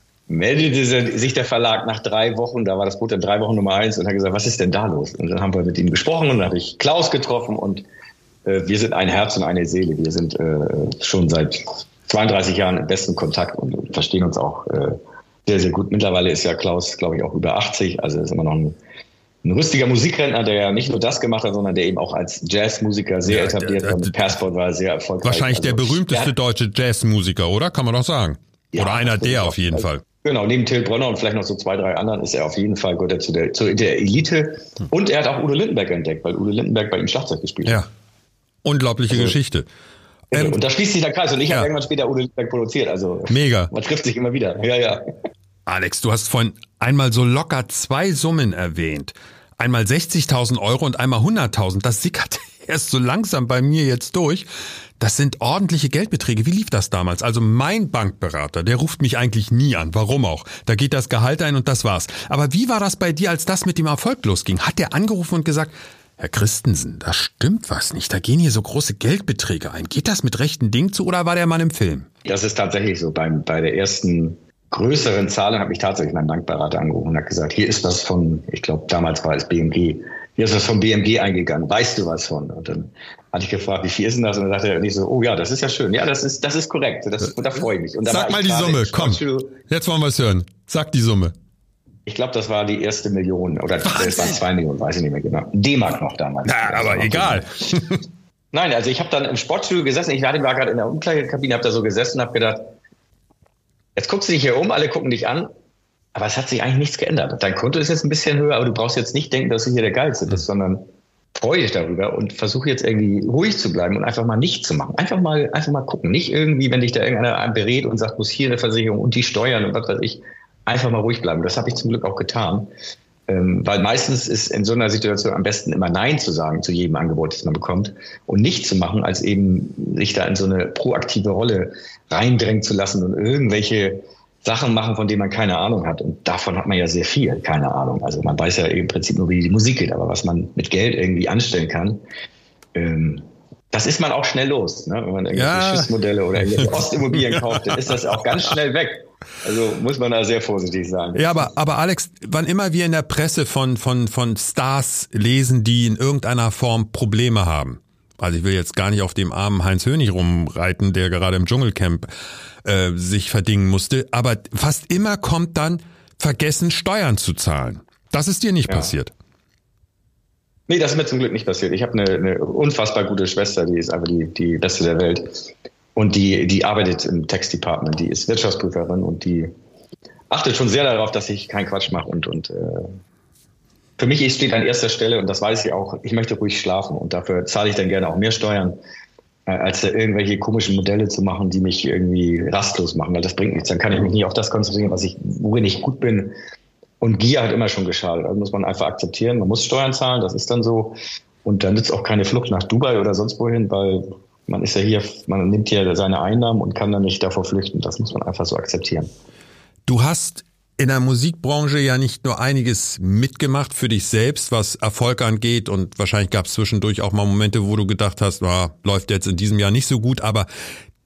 meldete sich der Verlag nach 3 Wochen, da war das Buch dann 3 Wochen Nummer 1 und hat gesagt, was ist denn da los? Und dann haben wir mit ihm gesprochen und dann habe ich Klaus getroffen und wir sind ein Herz und eine Seele. Wir sind schon seit 32 Jahren im besten Kontakt und verstehen uns auch sehr, sehr gut. Mittlerweile ist ja Klaus, glaube ich, auch über 80, also ist immer noch ein rüstiger Musikrentner, der ja nicht nur das gemacht hat, sondern der eben auch als Jazzmusiker sehr etabliert war. Mit Passport war er sehr erfolgreich. Wahrscheinlich der berühmteste deutsche Jazzmusiker, oder? Kann man doch sagen. Ja, oder einer der auf jeden Fall. Genau, neben Till Brönner und vielleicht noch so 2, 3 anderen ist er auf jeden Fall, gehört er zu der Elite. Und er hat auch Udo Lindenberg entdeckt, weil Udo Lindenberg bei ihm Schlagzeug gespielt hat. Ja, unglaubliche Geschichte. Und da schließt sich der Kreis. Und ich habe irgendwann später Udo Lindenberg produziert. Also mega. Man trifft sich immer wieder. Ja. Alex, du hast vorhin einmal so locker 2 Summen erwähnt. Einmal 60.000 Euro und einmal 100.000. Das sickert erst so langsam bei mir jetzt durch. Das sind ordentliche Geldbeträge. Wie lief das damals? Also mein Bankberater, der ruft mich eigentlich nie an. Warum auch? Da geht das Gehalt ein und das war's. Aber wie war das bei dir, als das mit dem Erfolg losging? Hat der angerufen und gesagt, Herr Christensen, da stimmt was nicht. Da gehen hier so große Geldbeträge ein. Geht das mit rechten Dingen zu oder war der Mann im Film? Das ist tatsächlich so. Bei der ersten größeren Zahlung habe ich tatsächlich meinen Bankberater angerufen und habe gesagt, hier ist was von, ich glaube damals war es BMG, hier ist was vom BMG eingegangen, weißt du was von? Und dann hatte ich gefragt, wie viel ist denn das? Und dann sagte er nicht so, oh ja, das ist ja schön, ja, das ist korrekt, da freue ich mich. Und sag mal die Summe, komm, jetzt wollen wir es hören, sag die Summe. Ich glaube, das war die erste Million oder es waren 2 Millionen, weiß ich nicht mehr genau. D-Mark noch damals. Ja, aber egal. Nein, also ich habe dann im Sportstudio gesessen, ich war gerade in der Umkleidekabine, habe da so gesessen und habe gedacht, jetzt guckst du dich hier um, alle gucken dich an, aber es hat sich eigentlich nichts geändert. Dein Konto ist jetzt ein bisschen höher, aber du brauchst jetzt nicht denken, dass du hier der Geilste bist, sondern freue dich darüber und versuche jetzt irgendwie ruhig zu bleiben und einfach mal nichts zu machen. Einfach mal gucken. Nicht irgendwie, wenn dich da irgendeiner berät und sagt, muss hier eine Versicherung und die Steuern und was weiß ich, einfach mal ruhig bleiben. Das habe ich zum Glück auch getan. Weil meistens ist in so einer Situation am besten immer Nein zu sagen zu jedem Angebot, das man bekommt und nicht zu machen, als eben sich da in so eine proaktive Rolle reindrängen zu lassen und irgendwelche Sachen machen, von denen man keine Ahnung hat. Und davon hat man ja sehr viel, keine Ahnung. Also man weiß ja im Prinzip nur, wie die Musik geht, aber was man mit Geld irgendwie anstellen kann, das ist man auch schnell los. Ne? Wenn man irgendwelche Schiffsmodelle oder irgendwelche Ostimmobilien kauft, dann ist das auch ganz schnell weg. Also muss man da sehr vorsichtig sein. Ja, aber Alex, wann immer wir in der Presse von Stars lesen, die in irgendeiner Form Probleme haben, also ich will jetzt gar nicht auf dem armen Heinz Hönig rumreiten, der gerade im Dschungelcamp sich verdingen musste, aber fast immer kommt dann vergessen, Steuern zu zahlen. Das ist dir nicht passiert. Nee, das ist mir zum Glück nicht passiert. Ich habe eine unfassbar gute Schwester, die ist einfach die Beste der Welt. Und die arbeitet im Tax-Department, die ist Wirtschaftsprüferin und die achtet schon sehr darauf, dass ich keinen Quatsch mache. Und für mich steht an erster Stelle, und das weiß ich auch, ich möchte ruhig schlafen. Und dafür zahle ich dann gerne auch mehr Steuern, als da irgendwelche komischen Modelle zu machen, die mich irgendwie rastlos machen. Weil das bringt nichts. Dann kann ich mich nicht auf das konzentrieren, worin ich gut bin. Und Gier hat immer schon geschadet. Also muss man einfach akzeptieren. Man muss Steuern zahlen, das ist dann so. Und dann nützt auch keine Flucht nach Dubai oder sonst wohin, weil man ist ja hier, man nimmt hier seine Einnahmen und kann dann nicht davor flüchten. Das muss man einfach so akzeptieren. Du hast in der Musikbranche ja nicht nur einiges mitgemacht für dich selbst, was Erfolg angeht, und wahrscheinlich gab es zwischendurch auch mal Momente, wo du gedacht hast, läuft jetzt in diesem Jahr nicht so gut, aber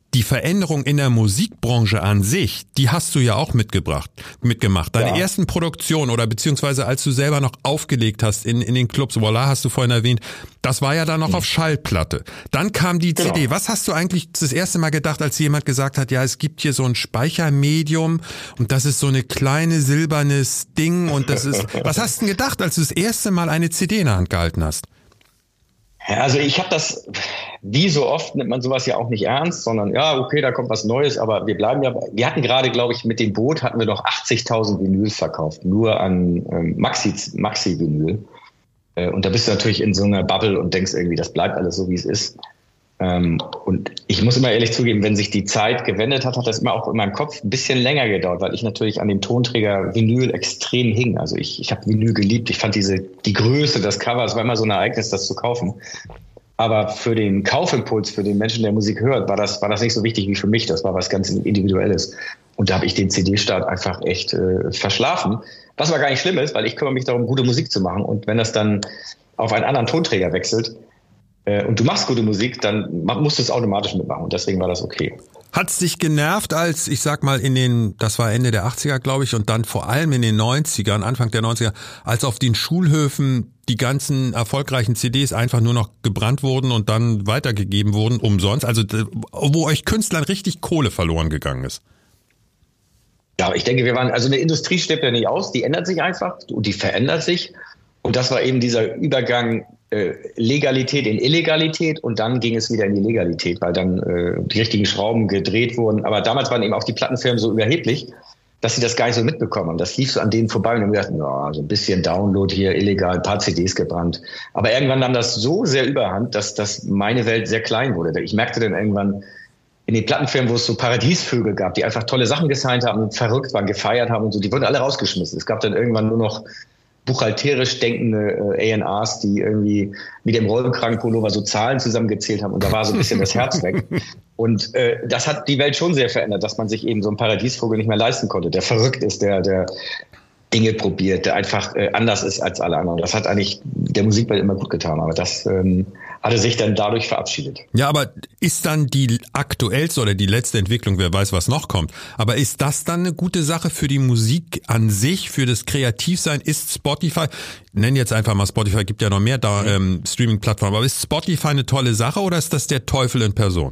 die Veränderung in der Musikbranche an sich, die hast du ja auch mitgemacht. Deine ersten Produktionen oder beziehungsweise als du selber noch aufgelegt hast in den Clubs, Voila hast du vorhin erwähnt, das war ja dann noch auf Schallplatte. Dann kam die CD. Was hast du eigentlich das erste Mal gedacht, als jemand gesagt hat, ja, es gibt hier so ein Speichermedium und das ist so eine kleine silbernes Ding und das ist, was hast du denn gedacht, als du das erste Mal eine CD in der Hand gehalten hast? Also ich habe das, wie so oft nimmt man sowas ja auch nicht ernst, sondern ja, okay, da kommt was Neues, aber wir hatten gerade, glaube ich, mit dem Boot hatten wir noch 80.000 Vinyls verkauft, nur an Maxi-Vinyl. Und da bist du natürlich in so einer Bubble und denkst irgendwie, das bleibt alles so, wie es ist. Und ich muss immer ehrlich zugeben, wenn sich die Zeit gewendet hat, hat das immer auch in meinem Kopf ein bisschen länger gedauert, weil ich natürlich an dem Tonträger Vinyl extrem hing. Also ich habe Vinyl geliebt. Ich fand die Größe des Covers war immer so ein Ereignis, das zu kaufen. Aber für den Kaufimpuls, für den Menschen, der Musik hört, war das nicht so wichtig wie für mich. Das war was ganz Individuelles. Und da habe ich den CD-Start einfach echt verschlafen. Was aber gar nicht schlimm ist, weil ich kümmere mich darum, gute Musik zu machen. Und wenn das dann auf einen anderen Tonträger wechselt, und du machst gute Musik, dann musst du es automatisch mitmachen. Und deswegen war das okay. Hat's dich genervt, als, ich sag mal, das war Ende der 80er, glaube ich, und dann vor allem in den 90ern, Anfang der 90er, als auf den Schulhöfen die ganzen erfolgreichen CDs einfach nur noch gebrannt wurden und dann weitergegeben wurden, umsonst? Also, wo euch Künstlern richtig Kohle verloren gegangen ist. Ja, ich denke, also eine Industrie stirbt ja nicht aus, die ändert sich einfach und die verändert sich. Und das war eben dieser Übergang Legalität in Illegalität und dann ging es wieder in die Legalität, weil dann die richtigen Schrauben gedreht wurden. Aber damals waren eben auch die Plattenfirmen so überheblich, dass sie das gar nicht so mitbekommen haben. Das lief so an denen vorbei und haben gedacht, no, so ein bisschen Download hier, illegal, ein paar CDs gebrannt. Aber irgendwann nahm das so sehr überhand, dass meine Welt sehr klein wurde. Ich merkte dann irgendwann in den Plattenfirmen, wo es so Paradiesvögel gab, die einfach tolle Sachen gesigned haben und verrückt waren, gefeiert haben und so, die wurden alle rausgeschmissen. Es gab dann irgendwann nur noch buchhalterisch denkende A&Rs, die irgendwie mit dem Rollkragenpullover so Zahlen zusammengezählt haben und da war so ein bisschen das Herz weg. Und das hat die Welt schon sehr verändert, dass man sich eben so einen Paradiesvogel nicht mehr leisten konnte, der verrückt ist, der Dinge probiert, der einfach anders ist als alle anderen. Das hat eigentlich der Musikwelt immer gut getan, aber das hatte sich dann dadurch verabschiedet. Ja, aber ist dann die aktuellste oder die letzte Entwicklung, wer weiß, was noch kommt, aber ist das dann eine gute Sache für die Musik an sich, für das Kreativsein? Ist Spotify, nenn jetzt einfach mal Spotify, gibt ja noch mehr da Streaming-Plattformen, aber ist Spotify eine tolle Sache oder ist das der Teufel in Person?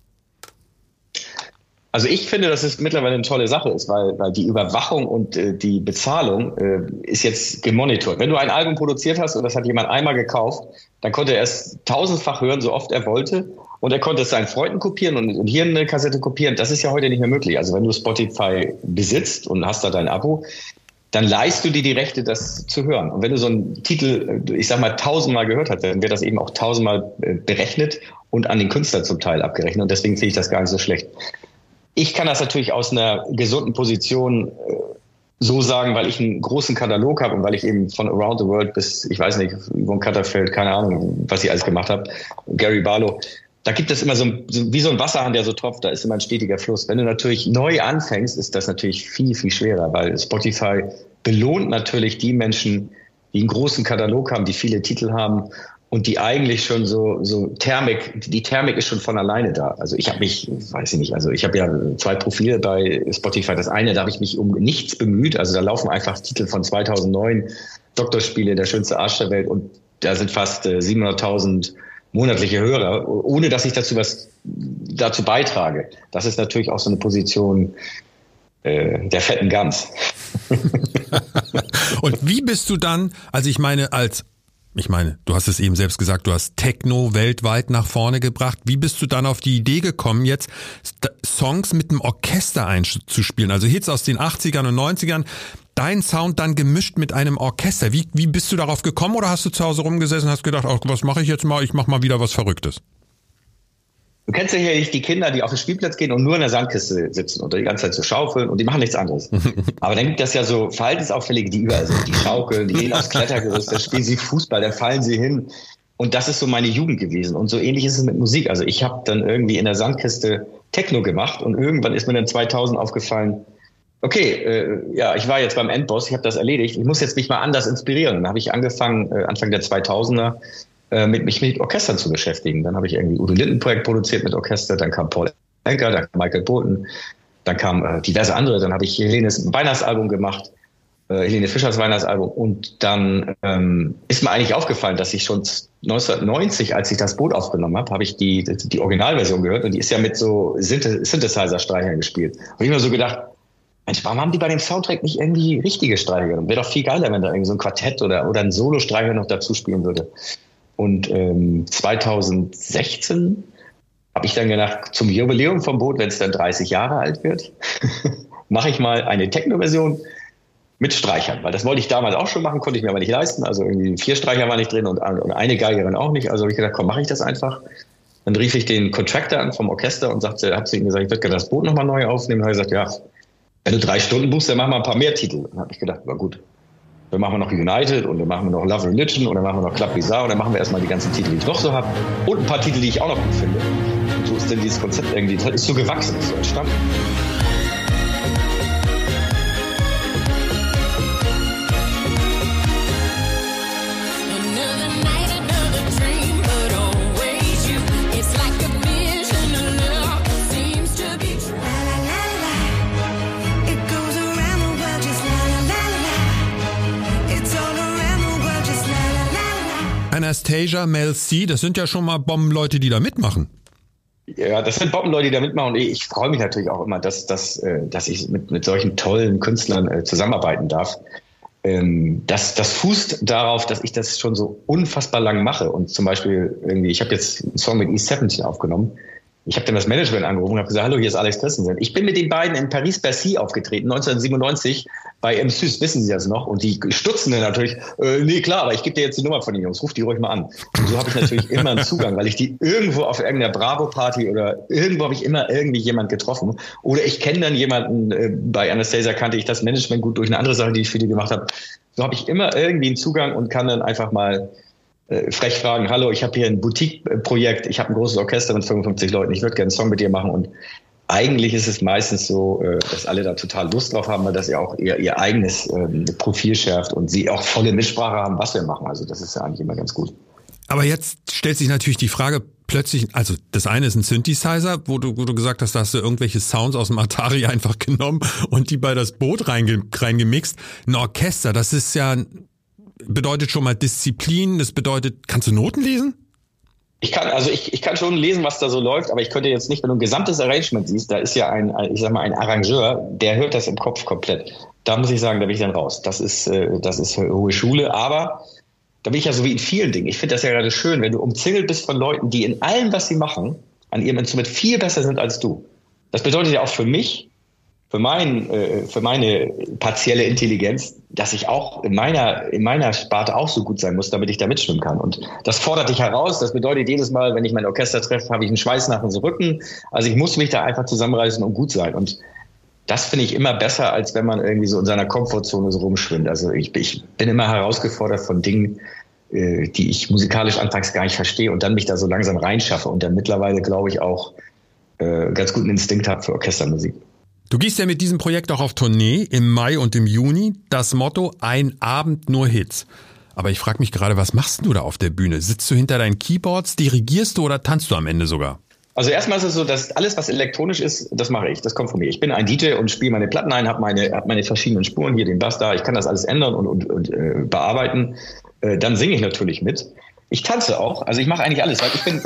Also ich finde, dass es mittlerweile eine tolle Sache ist, weil die Überwachung und die Bezahlung ist jetzt gemonitort. Wenn du ein Album produziert hast und das hat jemand einmal gekauft, dann konnte er es tausendfach hören, so oft er wollte. Und er konnte es seinen Freunden kopieren und hier eine Kassette kopieren. Das ist ja heute nicht mehr möglich. Also wenn du Spotify besitzt und hast da dein Abo, dann leihst du dir die Rechte, das zu hören. Und wenn du so einen Titel, ich sag mal, 1000-mal gehört hast, dann wird das eben auch 1000-mal berechnet und an den Künstler zum Teil abgerechnet. Und deswegen finde ich das gar nicht so schlecht. Ich kann das natürlich aus einer gesunden Position so sagen, weil ich einen großen Katalog habe und weil ich eben von Around the World bis, ich weiß nicht, Yvonne Katterfeld, keine Ahnung, was ich alles gemacht habe, Gary Barlow, da gibt es immer wie so ein Wasserhahn, der so tropft, da ist immer ein stetiger Fluss. Wenn du natürlich neu anfängst, ist das natürlich viel, viel schwerer, weil Spotify belohnt natürlich die Menschen, die einen großen Katalog haben, die viele Titel haben und die eigentlich schon so die Thermik ist schon von alleine da. Also ich habe ja 2 Profile bei Spotify. Das eine, da habe ich mich um nichts bemüht. Also da laufen einfach Titel von 2009, Doktorspiele, der schönste Arsch der Welt und da sind fast 700.000 monatliche Hörer, ohne dass ich dazu beitrage. Das ist natürlich auch so eine Position der fetten Gans. Und wie bist du dann, also ich meine, du hast es eben selbst gesagt, du hast Techno weltweit nach vorne gebracht. Wie bist du dann auf die Idee gekommen, jetzt Songs mit einem Orchester einzuspielen? Also Hits aus den 80ern und 90ern, dein Sound dann gemischt mit einem Orchester. Wie bist du darauf gekommen oder hast du zu Hause rumgesessen und hast gedacht, ach, was mache ich jetzt mal? Ich mache mal wieder was Verrücktes. Du kennst ja hier nicht die Kinder, die auf den Spielplatz gehen und nur in der Sandkiste sitzen und die ganze Zeit so schaufeln und die machen nichts anderes. Aber dann gibt es ja so Verhaltensauffällige, die überall sind. Die schaukeln, die gehen aufs Klettergerüst, da spielen sie Fußball, da fallen sie hin. Und das ist so meine Jugend gewesen. Und so ähnlich ist es mit Musik. Also ich habe dann irgendwie in der Sandkiste Techno gemacht und irgendwann ist mir dann 2000 aufgefallen, okay, ich war jetzt beim Endboss, ich habe das erledigt, ich muss jetzt mich mal anders inspirieren. Dann habe ich angefangen, Anfang der 2000er, mich mit Orchestern zu beschäftigen. Dann habe ich irgendwie Udo Lindenprojekt produziert mit Orchester, dann kam Paul Anker, dann kam Michael Bolton, dann kamen diverse andere, dann habe ich Helenes Weihnachtsalbum gemacht, Helene Fischers Weihnachtsalbum, und dann ist mir eigentlich aufgefallen, dass ich schon 1990, als ich das Boot aufgenommen habe ich die Originalversion gehört, und die ist ja mit so Synthesizer-Streichern gespielt. Und ich habe mir so gedacht, Mensch, warum haben die bei dem Soundtrack nicht irgendwie richtige Streicher genommen? Wäre doch viel geiler, wenn da irgendwie so ein Quartett oder ein Solostreicher noch dazu spielen würde. Und 2016 habe ich dann gedacht, zum Jubiläum vom Boot, wenn es dann 30 Jahre alt wird, mache ich mal eine Techno-Version mit Streichern. Weil das wollte ich damals auch schon machen, konnte ich mir aber nicht leisten. Also irgendwie 4 Streicher waren nicht drin und eine Geigerin auch nicht. Also habe ich gedacht, komm, mache ich das einfach. Dann rief ich den Contractor an vom Orchester und habe zu ihm gesagt, ich würde gerne das Boot nochmal neu aufnehmen. Und er hat gesagt, ja, wenn du 3 Stunden buchst, dann machen wir ein paar mehr Titel. Dann habe ich gedacht, na gut, dann machen wir noch United und dann machen wir noch Love Religion und dann machen wir noch Club Bizarre und dann machen wir erstmal die ganzen Titel, die ich noch so habe und ein paar Titel, die ich auch noch gut finde. Und so ist denn dieses Konzept irgendwie, das ist so gewachsen, ist so entstanden. Anastasia, Mel C, das sind ja schon mal Bombenleute, die da mitmachen. Ja, das sind Bombenleute, die da mitmachen. Und ich freue mich natürlich auch immer, dass ich mit solchen tollen Künstlern zusammenarbeiten darf. Das fußt darauf, dass ich das schon so unfassbar lang mache. Und zum Beispiel ich habe jetzt einen Song mit E17 aufgenommen. Ich habe dann das Management angerufen und habe gesagt, hallo, hier ist Alex Christensen. Ich bin mit den beiden in Paris-Bercy aufgetreten, 1997, bei M-Sys, wissen Sie das noch? Und die stutzen dann natürlich, nee, klar, aber ich gebe dir jetzt die Nummer von den Jungs, ruf die ruhig mal an. Und so habe ich natürlich immer einen Zugang, weil ich die irgendwo auf irgendeiner Bravo-Party oder irgendwo habe ich immer irgendwie jemand getroffen. Oder ich kenne dann jemanden, bei Anastasia kannte ich das Management gut durch eine andere Sache, die ich für die gemacht habe. So habe ich immer irgendwie einen Zugang und kann dann einfach mal frech fragen, hallo, ich habe hier ein Boutique-Projekt, ich habe ein großes Orchester mit 55 Leuten, ich würde gerne einen Song mit dir machen. Und eigentlich ist es meistens so, dass alle da total Lust drauf haben, weil das ja auch ihr eigenes Profil schärft und sie auch volle Mitsprache haben, was wir machen. Also das ist ja eigentlich immer ganz gut. Aber jetzt stellt sich natürlich die Frage plötzlich, also das eine ist ein Synthesizer, wo du gesagt hast, da hast du irgendwelche Sounds aus dem Atari einfach genommen und die bei das Boot reingemixt. Ein Orchester, das ist ja... bedeutet schon mal Disziplin, das bedeutet, kannst du Noten lesen? Ich kann schon lesen, was da so läuft, aber ich könnte jetzt nicht, wenn du ein gesamtes Arrangement siehst, da ist ja ein Arrangeur, der hört das im Kopf komplett. Da muss ich sagen, da bin ich dann raus. Das ist hohe Schule, aber da bin ich ja so wie in vielen Dingen. Ich finde das ja gerade schön, wenn du umzingelt bist von Leuten, die in allem, was sie machen, an ihrem Instrument viel besser sind als du. Das bedeutet ja auch für mich, für meine partielle Intelligenz, dass ich auch in meiner Sparte auch so gut sein muss, damit ich da mitschwimmen kann. Und das fordert dich heraus. Das bedeutet jedes Mal, wenn ich mein Orchester treffe, habe ich einen Schweiß nach dem Rücken. Also ich muss mich da einfach zusammenreißen und gut sein. Und das finde ich immer besser, als wenn man irgendwie so in seiner Komfortzone so rumschwimmt. Also ich bin immer herausgefordert von Dingen, die ich musikalisch anfangs gar nicht verstehe und dann mich da so langsam reinschaffe und dann mittlerweile, glaube ich, auch ganz guten Instinkt habe für Orchestermusik. Du gehst ja mit diesem Projekt auch auf Tournee im Mai und im Juni. Das Motto, ein Abend nur Hits. Aber ich frage mich gerade, was machst du da auf der Bühne? Sitzt du hinter deinen Keyboards, dirigierst du oder tanzt du am Ende sogar? Also erstmal ist es so, dass alles, was elektronisch ist, das mache ich. Das kommt von mir. Ich bin ein DJ und spiele meine Platten ein, habe meine verschiedenen Spuren, hier den Bass da. Ich kann das alles ändern und bearbeiten. Dann singe ich natürlich mit. Ich tanze auch. Also ich mache eigentlich alles, weil ich bin...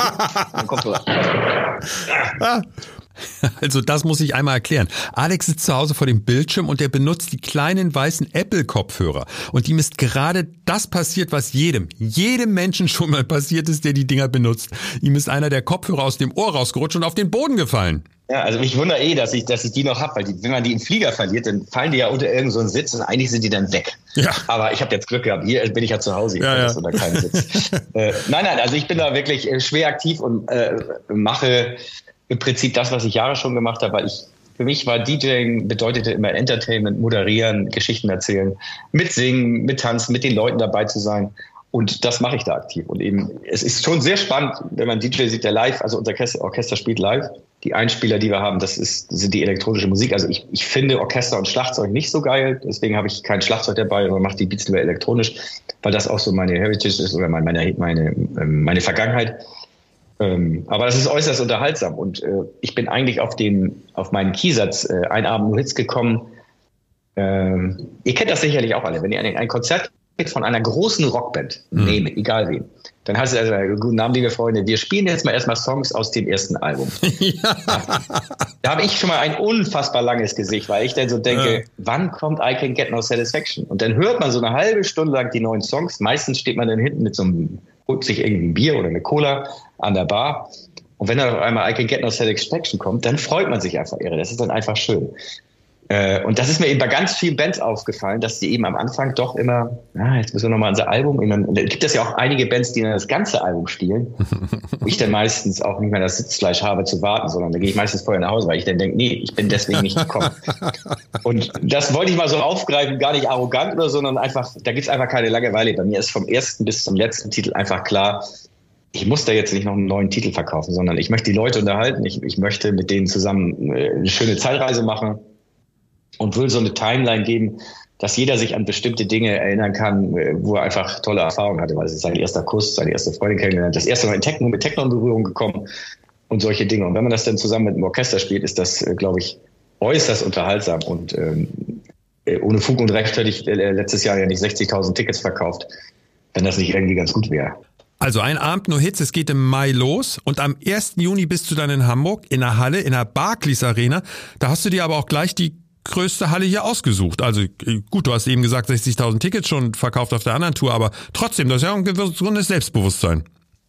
Also das muss ich einmal erklären. Alex sitzt zu Hause vor dem Bildschirm und er benutzt die kleinen weißen Apple-Kopfhörer. Und ihm ist gerade das passiert, was jedem Menschen schon mal passiert ist, der die Dinger benutzt. Ihm ist einer der Kopfhörer aus dem Ohr rausgerutscht und auf den Boden gefallen. Ja, also mich wundert dass ich die noch habe, weil wenn man die im Flieger verliert, dann fallen die ja unter irgend so einen Sitz und eigentlich sind die dann weg. Ja. Aber ich habe jetzt Glück gehabt, hier bin ich ja zu Hause, ist unter keinem Sitz. Nein, also ich bin da wirklich schwer aktiv und mache im Prinzip das, was ich Jahre schon gemacht habe, weil für mich war DJing bedeutete immer Entertainment, moderieren, Geschichten erzählen, mitsingen, mittanzen, mit den Leuten dabei zu sein. Und das mache ich da aktiv. Und eben, es ist schon sehr spannend, wenn man DJ sieht, der live, also unser Orchester spielt live. Die Einspieler, die wir haben, sind die elektronische Musik. Also ich finde Orchester und Schlagzeug nicht so geil. Deswegen habe ich kein Schlagzeug dabei, sondern mache die Beats lieber elektronisch, weil das auch so meine Heritage ist oder meine Vergangenheit. Aber das ist äußerst unterhaltsam und ich bin eigentlich auf meinen Keysatz ein Abend nur Hits gekommen. Ihr kennt das sicherlich auch alle, wenn ihr ein Konzert von einer großen Rockband nehme, egal wen, dann heißt es also, guten Abend, liebe Freunde, wir spielen jetzt mal erstmal Songs aus dem ersten Album. Ja. Da habe ich schon mal ein unfassbar langes Gesicht, weil ich dann so denke, wann kommt I Can Get No Satisfaction? Und dann hört man so eine halbe Stunde lang die neuen Songs. Meistens steht man dann hinten holt sich irgendwie ein Bier oder eine Cola an der Bar. Und wenn dann auf einmal I Can Get No Satisfaction kommt, dann freut man sich einfach irre. Das ist dann einfach schön. Und das ist mir eben bei ganz vielen Bands aufgefallen, dass die eben am Anfang doch immer, jetzt müssen wir nochmal unser Album, und dann gibt es ja auch einige Bands, die dann das ganze Album spielen, wo ich dann meistens auch nicht mehr das Sitzfleisch habe zu warten, sondern da gehe ich meistens vorher nach Hause, weil ich dann denke, nee, ich bin deswegen nicht gekommen. Und das wollte ich mal so aufgreifen, gar nicht arrogant oder so, sondern einfach, da gibt es einfach keine Langeweile. Bei mir ist vom ersten bis zum letzten Titel einfach klar, ich muss da jetzt nicht noch einen neuen Titel verkaufen, sondern ich möchte die Leute unterhalten, ich möchte mit denen zusammen eine schöne Zeitreise machen. Und will so eine Timeline geben, dass jeder sich an bestimmte Dinge erinnern kann, wo er einfach tolle Erfahrungen hatte. Weil es ist sein erster Kuss, seine erste Freundin kennengelernt, das erste Mal mit Techno in Berührung gekommen und solche Dinge. Und wenn man das dann zusammen mit einem Orchester spielt, ist das, glaube ich, äußerst unterhaltsam. Und ohne Fug und Recht hätte ich letztes Jahr ja nicht 60.000 Tickets verkauft, wenn das nicht irgendwie ganz gut wäre. Also ein Abend nur Hits, es geht im Mai los und am 1. Juni bist du dann in Hamburg, in der Halle, in der Barclays Arena. Da hast du dir aber auch gleich die größte Halle hier ausgesucht. Also gut, du hast eben gesagt, 60.000 Tickets schon verkauft auf der anderen Tour, aber trotzdem, das ist ja ein gesundes Selbstbewusstsein.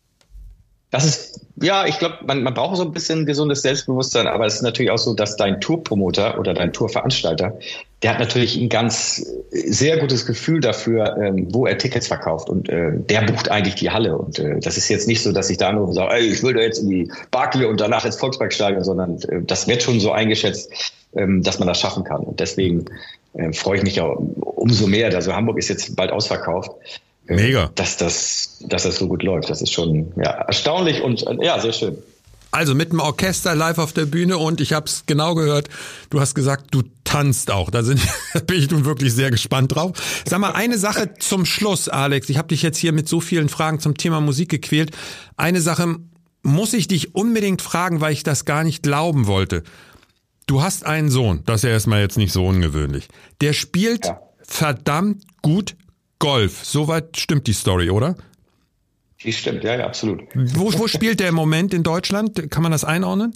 Das ist, ja, ich glaube, man braucht so ein bisschen gesundes Selbstbewusstsein, aber es ist natürlich auch so, dass dein Tourpromoter oder dein Tourveranstalter, der hat natürlich ein ganz sehr gutes Gefühl dafür, wo er Tickets verkauft und der bucht eigentlich die Halle und das ist jetzt nicht so, dass ich da nur sage, ich will da jetzt in die Barclays und danach ins Volksparkstadion, sondern das wird schon so eingeschätzt, dass man das schaffen kann und deswegen freue ich mich auch umso mehr. Also Hamburg ist jetzt bald ausverkauft. Mega. Dass das so gut läuft. Das ist schon erstaunlich und sehr schön. Also mit dem Orchester live auf der Bühne und ich habe es genau gehört, du hast gesagt, du tanzt auch. Da bin ich nun wirklich sehr gespannt drauf. Sag mal, eine Sache zum Schluss, Alex. Ich habe dich jetzt hier mit so vielen Fragen zum Thema Musik gequält. Eine Sache muss ich dich unbedingt fragen, weil ich das gar nicht glauben wollte. Du hast einen Sohn, das ist ja erstmal jetzt nicht so ungewöhnlich. Der spielt verdammt gut Golf. Soweit stimmt die Story, oder? Die stimmt, ja, absolut. Wo spielt der im Moment in Deutschland? Kann man das einordnen?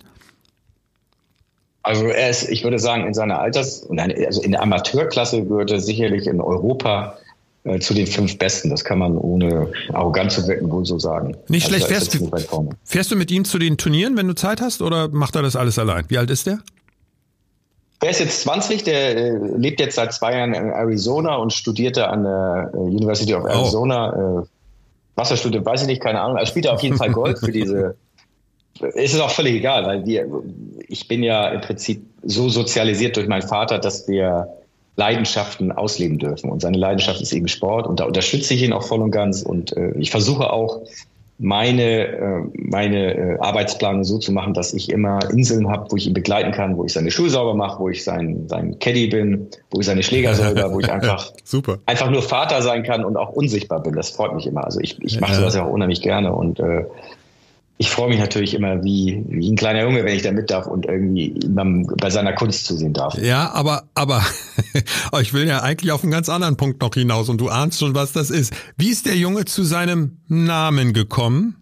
Also er ist, ich würde sagen, in seiner also in der Amateurklasse würde sicherlich in Europa zu den 5 Besten. Das kann man ohne arrogant zu wirken wohl so sagen. Nicht schlecht. Fährst du mit ihm zu den Turnieren, wenn du Zeit hast, oder macht er das alles allein? Wie alt ist der? Er ist jetzt 20, der lebt jetzt seit 2 Jahren in Arizona und studierte an der University of Arizona. Was er studiert, weiß ich nicht, keine Ahnung. Er spielt auf jeden Fall Golf für diese. Es ist auch völlig egal, weil ich bin ja im Prinzip so sozialisiert durch meinen Vater, dass wir Leidenschaften ausleben dürfen. Und seine Leidenschaft ist eben Sport und da unterstütze ich ihn auch voll und ganz. Und ich versuche auch, meine Arbeitsplanung so zu machen, dass ich immer Inseln habe, wo ich ihn begleiten kann, wo ich seine Schuhe sauber mache, wo ich sein Caddy bin, wo ich seine Schläger sauber, wo ich einfach nur Vater sein kann und auch unsichtbar bin. Das freut mich immer. Also ich mache sowas ja auch unheimlich gerne und ich freue mich natürlich immer wie ein kleiner Junge, wenn ich da mit darf und irgendwie bei seiner Kunst zusehen darf. Ja, aber ich will ja eigentlich auf einen ganz anderen Punkt noch hinaus und du ahnst schon, was das ist. Wie ist der Junge zu seinem Namen gekommen?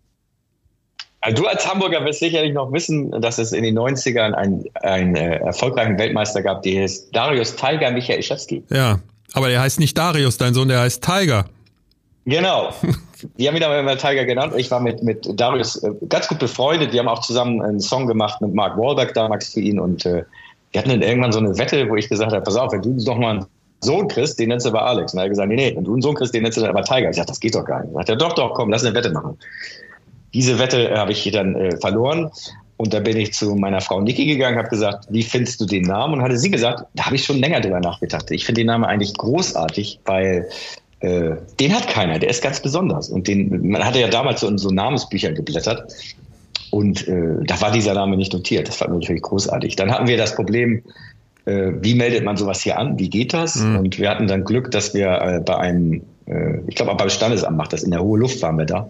Also du als Hamburger wirst sicherlich noch wissen, dass es in den 90ern einen erfolgreichen Weltmeister gab, der heißt Dariusz Tiger Michałowski. Ja, aber der heißt nicht Darius, dein Sohn, der heißt Tiger. Genau. Die haben ihn aber immer Tiger genannt. Ich war mit Darius ganz gut befreundet. Wir haben auch zusammen einen Song gemacht mit Mark Wahlberg damals für ihn. Und wir hatten dann irgendwann so eine Wette, wo ich gesagt habe, pass auf, wenn du noch mal einen Sohn kriegst, den nennst du aber Alex. Und er hat gesagt, nee, wenn du einen Sohn kriegst, den nennst du dann aber Tiger. Ich dachte, das geht doch gar nicht. Er sagt, doch, komm, lass eine Wette machen. Diese Wette habe ich dann verloren. Und da bin ich zu meiner Frau Niki gegangen, habe gesagt, wie findest du den Namen? Und hatte sie gesagt, da habe ich schon länger drüber nachgedacht. Ich finde den Namen eigentlich großartig, weil den hat keiner, der ist ganz besonders. Und man hatte ja damals so in so Namensbüchern geblättert und da war dieser Name nicht notiert. Das fand man natürlich großartig. Dann hatten wir das Problem, wie meldet man sowas hier an? Wie geht das? Und wir hatten dann Glück, dass wir bei einem, ich glaube auch beim Standesamt macht das, in der Hohe Luft waren wir da.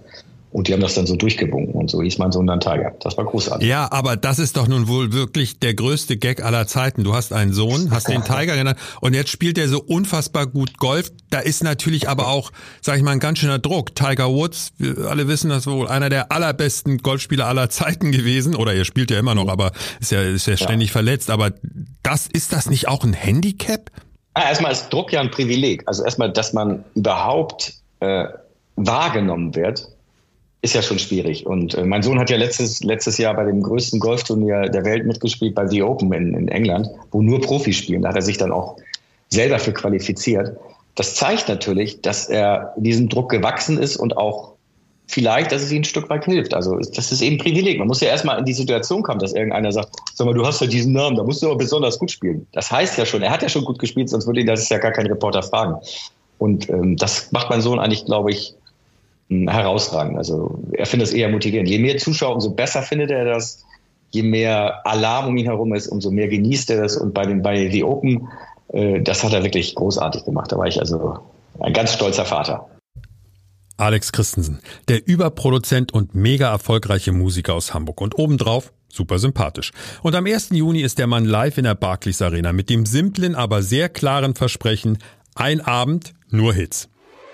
Und die haben das dann so durchgewunken und so hieß mein Sohn dann Tiger. Das war großartig. Ja, aber das ist doch nun wohl wirklich der größte Gag aller Zeiten. Du hast einen Sohn, hast den Tiger genannt und jetzt spielt er so unfassbar gut Golf. Da ist natürlich aber auch, sag ich mal, ein ganz schöner Druck. Tiger Woods, wir alle wissen, das wohl einer der allerbesten Golfspieler aller Zeiten gewesen. Oder er spielt ja immer noch, aber ist ja ständig verletzt. Aber ist das nicht auch ein Handicap? Erstmal ist Druck ja ein Privileg. Also erstmal, dass man überhaupt wahrgenommen wird, ist ja schon schwierig. Und mein Sohn hat ja letztes Jahr bei dem größten Golfturnier der Welt mitgespielt, bei The Open in England, wo nur Profis spielen. Da hat er sich dann auch selber für qualifiziert. Das zeigt natürlich, dass er diesem Druck gewachsen ist und auch vielleicht, dass es ihm ein Stück weit hilft. Also das ist eben ein Privileg. Man muss ja erstmal in die Situation kommen, dass irgendeiner sagt, sag mal, du hast ja diesen Namen, da musst du aber besonders gut spielen. Das heißt ja schon, er hat ja schon gut gespielt, sonst würde ihn das ja gar kein Reporter fragen. Und das macht mein Sohn eigentlich, glaube ich, herausragend. Also er findet es eher motivierend. Je mehr Zuschauer, umso besser findet er das. Je mehr Alarm um ihn herum ist, umso mehr genießt er das. Und bei The Open, das hat er wirklich großartig gemacht. Da war ich also ein ganz stolzer Vater. Alex Christensen, der Überproduzent und mega erfolgreiche Musiker aus Hamburg. Und obendrauf super sympathisch. Und am 1. Juni ist der Mann live in der Barclays Arena mit dem simplen, aber sehr klaren Versprechen, ein Abend, nur Hits.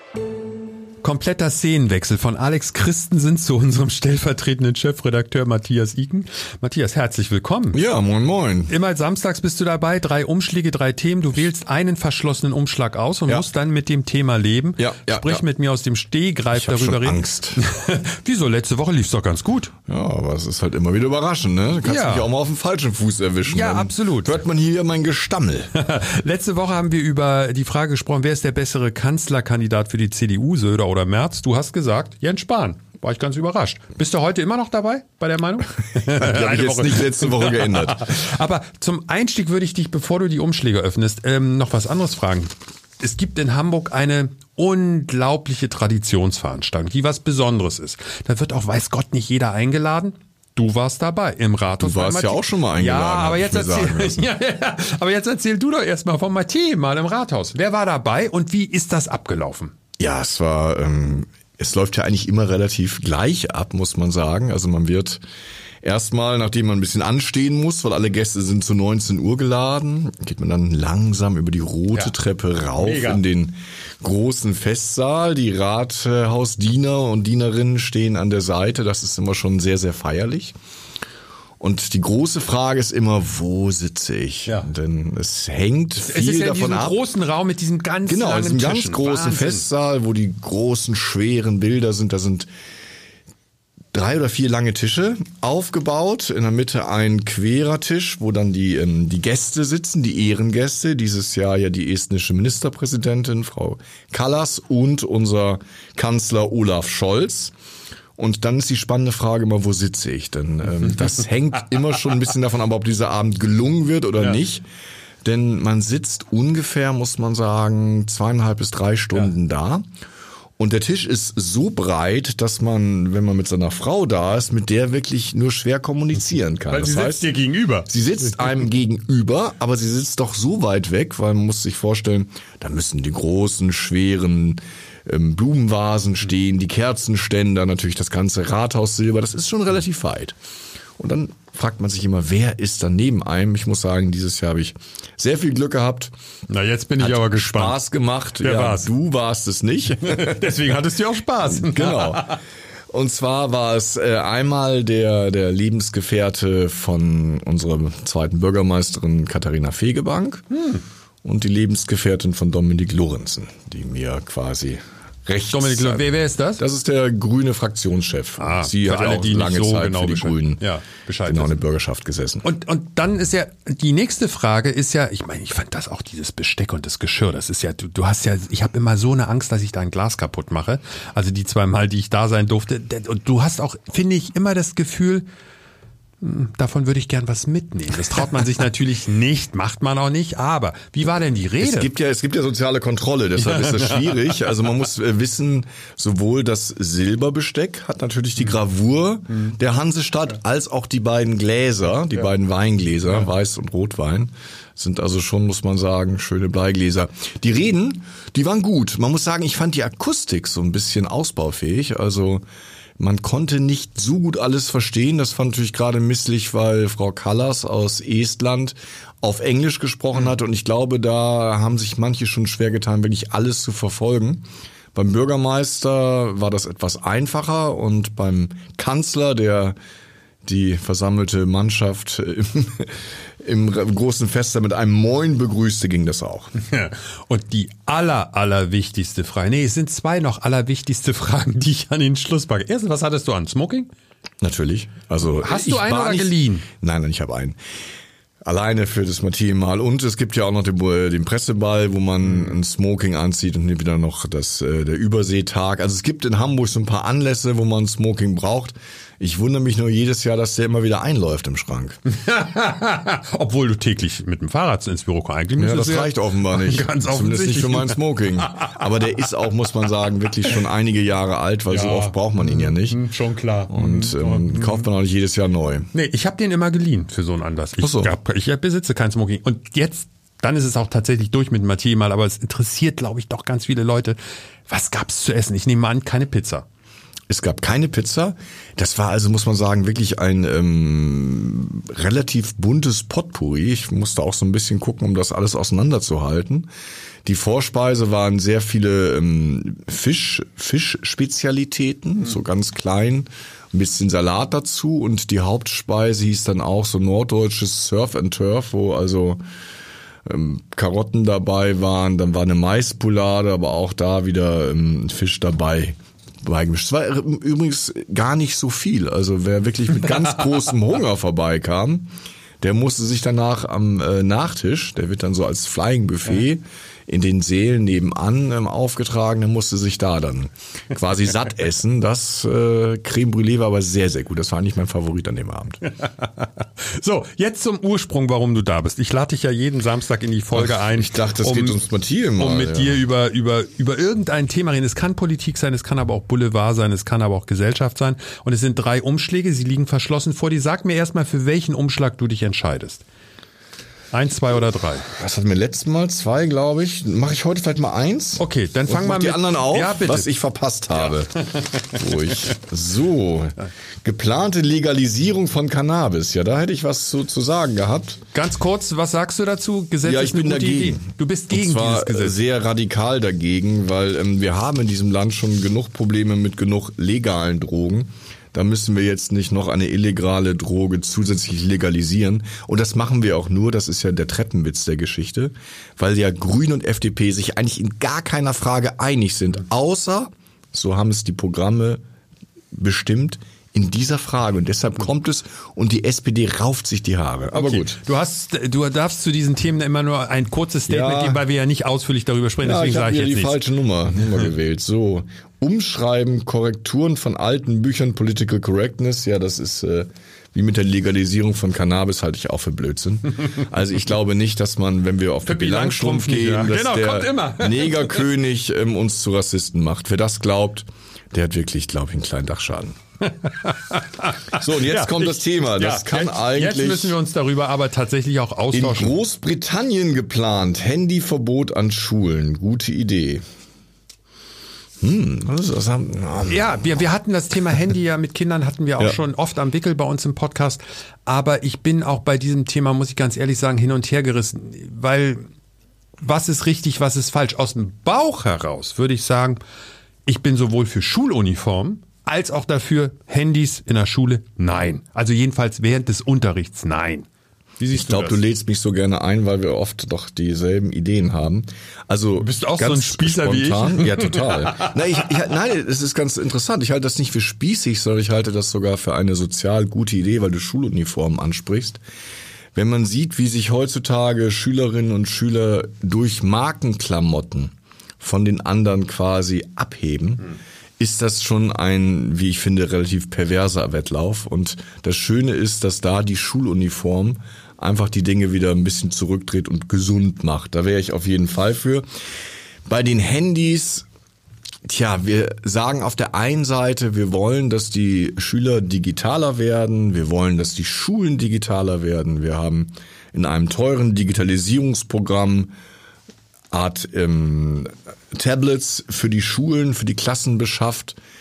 Kompletter Szenenwechsel von Alex Christensen zu unserem stellvertretenden Chefredakteur Matthias Iken. Matthias, herzlich willkommen. Ja, moin moin. Immer samstags bist du dabei, 3 Umschläge, 3 Themen. Du wählst einen verschlossenen Umschlag aus und musst dann mit dem Thema leben. Sprich mit mir aus dem Stehgreif darüber reden. Angst. Wieso? Letzte Woche lief's doch ganz gut. Ja, aber es ist halt immer wieder überraschend, ne? Du kannst mich auch mal auf dem falschen Fuß erwischen. Ja, dann absolut. Hört man hier mein Gestammel. Letzte Woche haben wir über die Frage gesprochen, wer ist der bessere Kanzlerkandidat für die CDU, Söder oder Merz? Du hast gesagt, Jens Spahn. War ich ganz überrascht. Bist du heute immer noch dabei bei der Meinung? Die habe ich jetzt nicht letzte Woche geändert. Aber zum Einstieg würde ich dich, bevor du die Umschläge öffnest, noch was anderes fragen. Es gibt in Hamburg eine unglaubliche Traditionsveranstaltung, die was Besonderes ist. Da wird auch, weiß Gott, nicht jeder eingeladen. Du warst dabei im Rathaus. Du warst ja auch schon mal eingeladen. Ja, aber jetzt erzähl du doch erstmal vom Mathieu mal im Rathaus. Wer war dabei und wie ist das abgelaufen? Ja, es läuft ja eigentlich immer relativ gleich ab, muss man sagen. Also man wird erstmal, nachdem man ein bisschen anstehen muss, weil alle Gäste sind zu 19 Uhr geladen, geht man dann langsam über die rote Treppe rauf in den großen Festsaal. Die Rathausdiener und Dienerinnen stehen an der Seite. Das ist immer schon sehr, sehr feierlich. Und die große Frage ist immer, wo sitze ich? Ja. Denn es hängt viel davon ab. Es ist ja großen Raum mit diesem ganz langen Tischen. Genau, ganz großen Festsaal, wo die großen, schweren Bilder sind. Da sind 3 oder 4 lange Tische aufgebaut. In der Mitte ein querer Tisch, wo dann die Gäste sitzen, die Ehrengäste. Dieses Jahr ja die estnische Ministerpräsidentin, Frau Kallas, und unser Kanzler Olaf Scholz. Und dann ist die spannende Frage immer, wo sitze ich? Denn das hängt immer schon ein bisschen davon ab, ob dieser Abend gelungen wird oder nicht. Denn man sitzt ungefähr, muss man sagen, 2,5 bis 3 Stunden da. Und der Tisch ist so breit, dass man, wenn man mit seiner Frau da ist, mit der wirklich nur schwer kommunizieren kann. Weil sie sitzt dir gegenüber. Sie sitzt einem gegenüber, aber sie sitzt doch so weit weg, weil man muss sich vorstellen, da müssen die großen, schweren Blumenvasen stehen, die Kerzenständer, natürlich das ganze Rathaussilber, das ist schon relativ weit. Und dann fragt man sich immer, wer ist da neben einem? Ich muss sagen, dieses Jahr habe ich sehr viel Glück gehabt. Na, jetzt bin ich aber gespannt. Spaß gemacht. Wer war's? Du warst es nicht. Deswegen hattest du auch Spaß. Genau. Und zwar war es einmal der Lebensgefährte von unserer zweiten Bürgermeisterin Katharina Fegebank und die Lebensgefährtin von Dominik Lorenzen, die mir quasi rechts. Dominik Lorenzen, wer ist das? Das ist der grüne Fraktionschef. Sie hat auch lange Zeit für die Grünen in der Bürgerschaft gesessen. Und dann ist ja, die nächste Frage ist ja, ich meine, ich fand das auch, dieses Besteck und das Geschirr, das ist ja, du hast ja, ich habe immer so eine Angst, dass ich da ein Glas kaputt mache. Also die 2 Mal, die ich da sein durfte. Und du hast auch, finde ich, immer das Gefühl, davon würde ich gern was mitnehmen. Das traut man sich natürlich nicht, macht man auch nicht, aber wie war denn die Rede? Es gibt ja soziale Kontrolle, deshalb ist das schwierig. Also man muss wissen, sowohl das Silberbesteck hat natürlich die Gravur der Hansestadt, als auch die beiden Gläser, die beiden Weingläser, Weiß- und Rotwein, sind also schon, muss man sagen, schöne Bleigläser. Die Reden, die waren gut. Man muss sagen, ich fand die Akustik so ein bisschen ausbaufähig, also Man konnte nicht so gut alles verstehen. Das fand natürlich gerade misslich, weil Frau Kallas aus Estland auf Englisch gesprochen hat. Und ich glaube, da haben sich manche schon schwer getan, wirklich alles zu verfolgen. Beim Bürgermeister war das etwas einfacher und beim Kanzler, der die versammelte Mannschaft im großen Fest mit einem Moin begrüßte, ging das auch. Ja. Und die allerwichtigste Frage, es sind zwei noch allerwichtigste Fragen, die ich an den Schluss packe. Erstens, was hattest du an? Smoking? Natürlich. Also hast du einen oder geliehen? Nein, ich habe einen. Alleine für das Martini-Mal. Und es gibt ja auch noch den Presseball, wo man ein Smoking anzieht und wieder noch der Überseetag. Also es gibt in Hamburg so ein paar Anlässe, wo man Smoking braucht. Ich wundere mich nur jedes Jahr, dass der immer wieder einläuft im Schrank. Obwohl du täglich mit dem Fahrrad ins Büro kommst. Ja, das reicht offenbar nicht. Ganz zumindest nicht für mein Smoking. Aber der ist auch, muss man sagen, wirklich schon einige Jahre alt, weil so oft braucht man ihn ja nicht. Schon klar. Und kauft man auch nicht jedes Jahr neu. Nee, ich habe den immer geliehen für so einen Anlass. Ich besitze kein Smoking. Und jetzt, dann ist es auch tatsächlich durch mit dem Martini mal, aber es interessiert, glaube ich, doch ganz viele Leute. Was gab's zu essen? Ich nehme mal an, keine Pizza. Es gab keine Pizza. Das war also, muss man sagen, wirklich ein relativ buntes Potpourri. Ich musste auch so ein bisschen gucken, um das alles auseinanderzuhalten. Die Vorspeise waren sehr viele Fischspezialitäten, so ganz klein, ein bisschen Salat dazu. Und die Hauptspeise hieß dann auch so norddeutsches Surf and Turf, wo also Karotten dabei waren. Dann war eine Maispoulade, aber auch da wieder Fisch dabei. Es war übrigens gar nicht so viel. Also wer wirklich mit ganz großem Hunger vorbeikam, der musste sich danach am Nachtisch, der wird dann so als Flying Buffet in den Sälen nebenan aufgetragen, der musste sich da dann quasi satt essen. Das Creme Brûlée war aber sehr, sehr gut. Das war eigentlich mein Favorit an dem Abend. So, jetzt zum Ursprung, warum du da bist. Ich lade dich ja jeden Samstag in die Folge ein. Ich dachte, das geht ums Martini mal. Um mit dir über irgendein Thema reden. Es kann Politik sein, es kann aber auch Boulevard sein, es kann aber auch Gesellschaft sein. Und es sind 3 Umschläge, sie liegen verschlossen vor dir. Sag mir erstmal, für welchen Umschlag du dich entscheidest. 1, 2 oder 3? Was hatten wir letztes Mal? 2, glaube ich. Mache ich heute vielleicht mal 1? Okay, dann fangen wir mit die anderen auf, ja, bitte. was ich verpasst habe. So, geplante Legalisierung von Cannabis. Ja, da hätte ich was zu sagen gehabt. Ganz kurz, was sagst du dazu? Gesetz ja, ich bin dagegen. Idee. Du bist gegen dieses Gesetz. Sehr radikal dagegen, weil wir haben in diesem Land schon genug Probleme mit genug legalen Drogen. Da müssen wir jetzt nicht noch eine illegale Droge zusätzlich legalisieren. Und das machen wir auch nur, das ist ja der Treppenwitz der Geschichte, weil ja Grüne und FDP sich eigentlich in gar keiner Frage einig sind, außer, so haben es die Programme bestimmt, in dieser Frage. Und deshalb kommt es und die SPD rauft sich die Haare. Aber okay. Gut. Du darfst zu diesen Themen immer nur ein kurzes Statement geben, weil wir ja nicht ausführlich darüber sprechen. Ja, deswegen sage ich jetzt die nichts. falsche Nummer gewählt. So, Umschreiben, Korrekturen von alten Büchern, Political Correctness. Ja, das ist wie mit der Legalisierung von Cannabis, halte ich auch für Blödsinn. Also ich glaube nicht, dass man, wenn wir auf den Langstrumpf gehen, dass der Negerkönig uns zu Rassisten macht. Wer das glaubt, der hat wirklich, glaube ich, einen kleinen Dachschaden. So, und jetzt kommt das Thema. Das kann eigentlich. Jetzt müssen wir uns darüber aber tatsächlich auch austauschen. In Großbritannien geplant, Handyverbot an Schulen. Gute Idee. Ja, wir hatten das Thema Handy ja mit Kindern, hatten wir auch schon oft am Wickel bei uns im Podcast. Aber ich bin auch bei diesem Thema, muss ich ganz ehrlich sagen, hin und her gerissen. Weil, was ist richtig, was ist falsch? Aus dem Bauch heraus würde ich sagen, ich bin sowohl für Schuluniformen als auch dafür Handys in der Schule, nein. Also jedenfalls während des Unterrichts, nein. Wie siehst ich glaube, du lädst mich so gerne ein, weil wir oft doch dieselben Ideen haben. Also du bist auch so ein Spießer spontan, wie ich? Ja, total. Nein, es ist ganz interessant. Ich halte das nicht für spießig, sondern ich halte das sogar für eine sozial gute Idee, weil du Schuluniformen ansprichst. Wenn man sieht, wie sich heutzutage Schülerinnen und Schüler durch Markenklamotten von den anderen quasi abheben, ist das schon ein, wie ich finde, relativ perverser Wettlauf. Und das Schöne ist, dass da die Schuluniform einfach die Dinge wieder ein bisschen zurückdreht und gesund macht. Da wäre ich auf jeden Fall für. Bei den Handys, wir sagen auf der einen Seite, wir wollen, dass die Schüler digitaler werden, wir wollen, dass die Schulen digitaler werden. Wir haben in einem teuren Digitalisierungsprogramm Tablets für die Schulen, für die Klassen beschafft.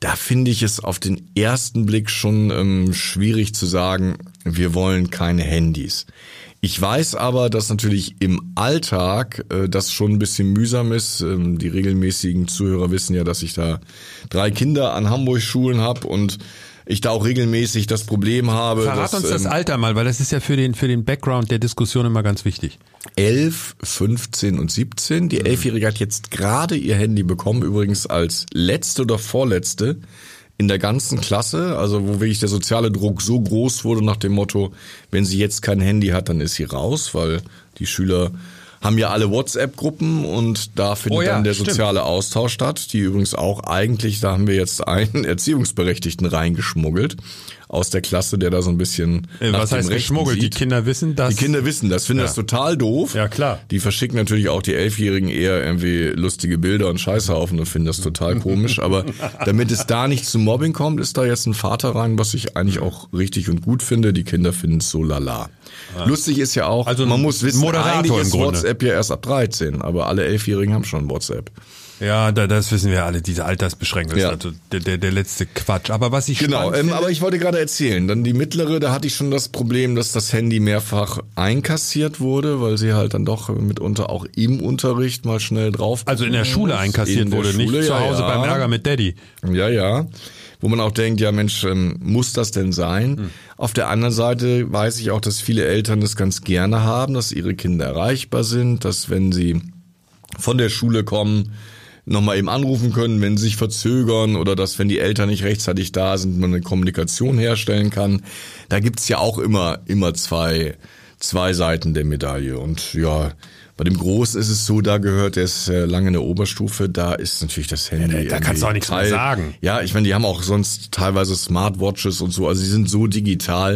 Da finde ich es auf den ersten Blick schon schwierig zu sagen, wir wollen keine Handys. Ich weiß aber, dass natürlich im Alltag das schon ein bisschen mühsam ist. Die regelmäßigen Zuhörer wissen ja, dass ich da 3 Kinder an Hamburg-Schulen habe und ich da auch regelmäßig das Problem habe. Verrat uns das Alter mal, weil das ist ja für den Background der Diskussion immer ganz wichtig. 11, 15 und 17. Die 11-Jährige hat jetzt gerade ihr Handy bekommen, übrigens als letzte oder vorletzte in der ganzen Klasse, also wo wirklich der soziale Druck so groß wurde nach dem Motto, wenn sie jetzt kein Handy hat, dann ist sie raus, weil die Schüler haben ja alle WhatsApp-Gruppen und da findet dann der soziale Austausch statt, die übrigens auch eigentlich, da haben wir jetzt einen Erziehungsberechtigten reingeschmuggelt aus der Klasse, der da so ein bisschen was heißt geschmuggelt? Die Kinder wissen das? Die Kinder wissen das, finden das total doof. Ja, klar. Die verschicken natürlich auch die 11-Jährigen eher irgendwie lustige Bilder und Scheißhaufen und finden das total komisch, aber damit es da nicht zu Mobbing kommt, ist da jetzt ein Vater rein, was ich eigentlich auch richtig und gut finde. Die Kinder finden es so lala. Ja. Lustig ist ja auch, also man muss wissen, Moderator eigentlich ist WhatsApp ja erst ab 13, aber alle 11-Jährigen haben schon WhatsApp. Ja, das wissen wir alle, diese Altersbeschränkung ist also der letzte Quatsch. Aber was ich finde, aber ich wollte gerade erzählen, dann die mittlere, da hatte ich schon das Problem, dass das Handy mehrfach einkassiert wurde, weil sie halt dann doch mitunter auch im Unterricht mal schnell drauf. Also in der Schule einkassiert wurde, nicht zu Hause beim Ärger mit Daddy. Ja. Wo man auch denkt, ja Mensch, muss das denn sein? Auf der anderen Seite weiß ich auch, dass viele Eltern das ganz gerne haben, dass ihre Kinder erreichbar sind, dass wenn sie von der Schule kommen, nochmal eben anrufen können, wenn sie sich verzögern oder dass, wenn die Eltern nicht rechtzeitig da sind, man eine Kommunikation herstellen kann. Da gibt's ja auch immer zwei Seiten der Medaille. Und ja, bei dem Großen ist es so, da gehört, der ist lange in der Oberstufe, da ist natürlich das Handy. Ja, da kannst du auch nichts mehr sagen. Ja, ich meine, die haben auch sonst teilweise Smartwatches und so, also sie sind so digital.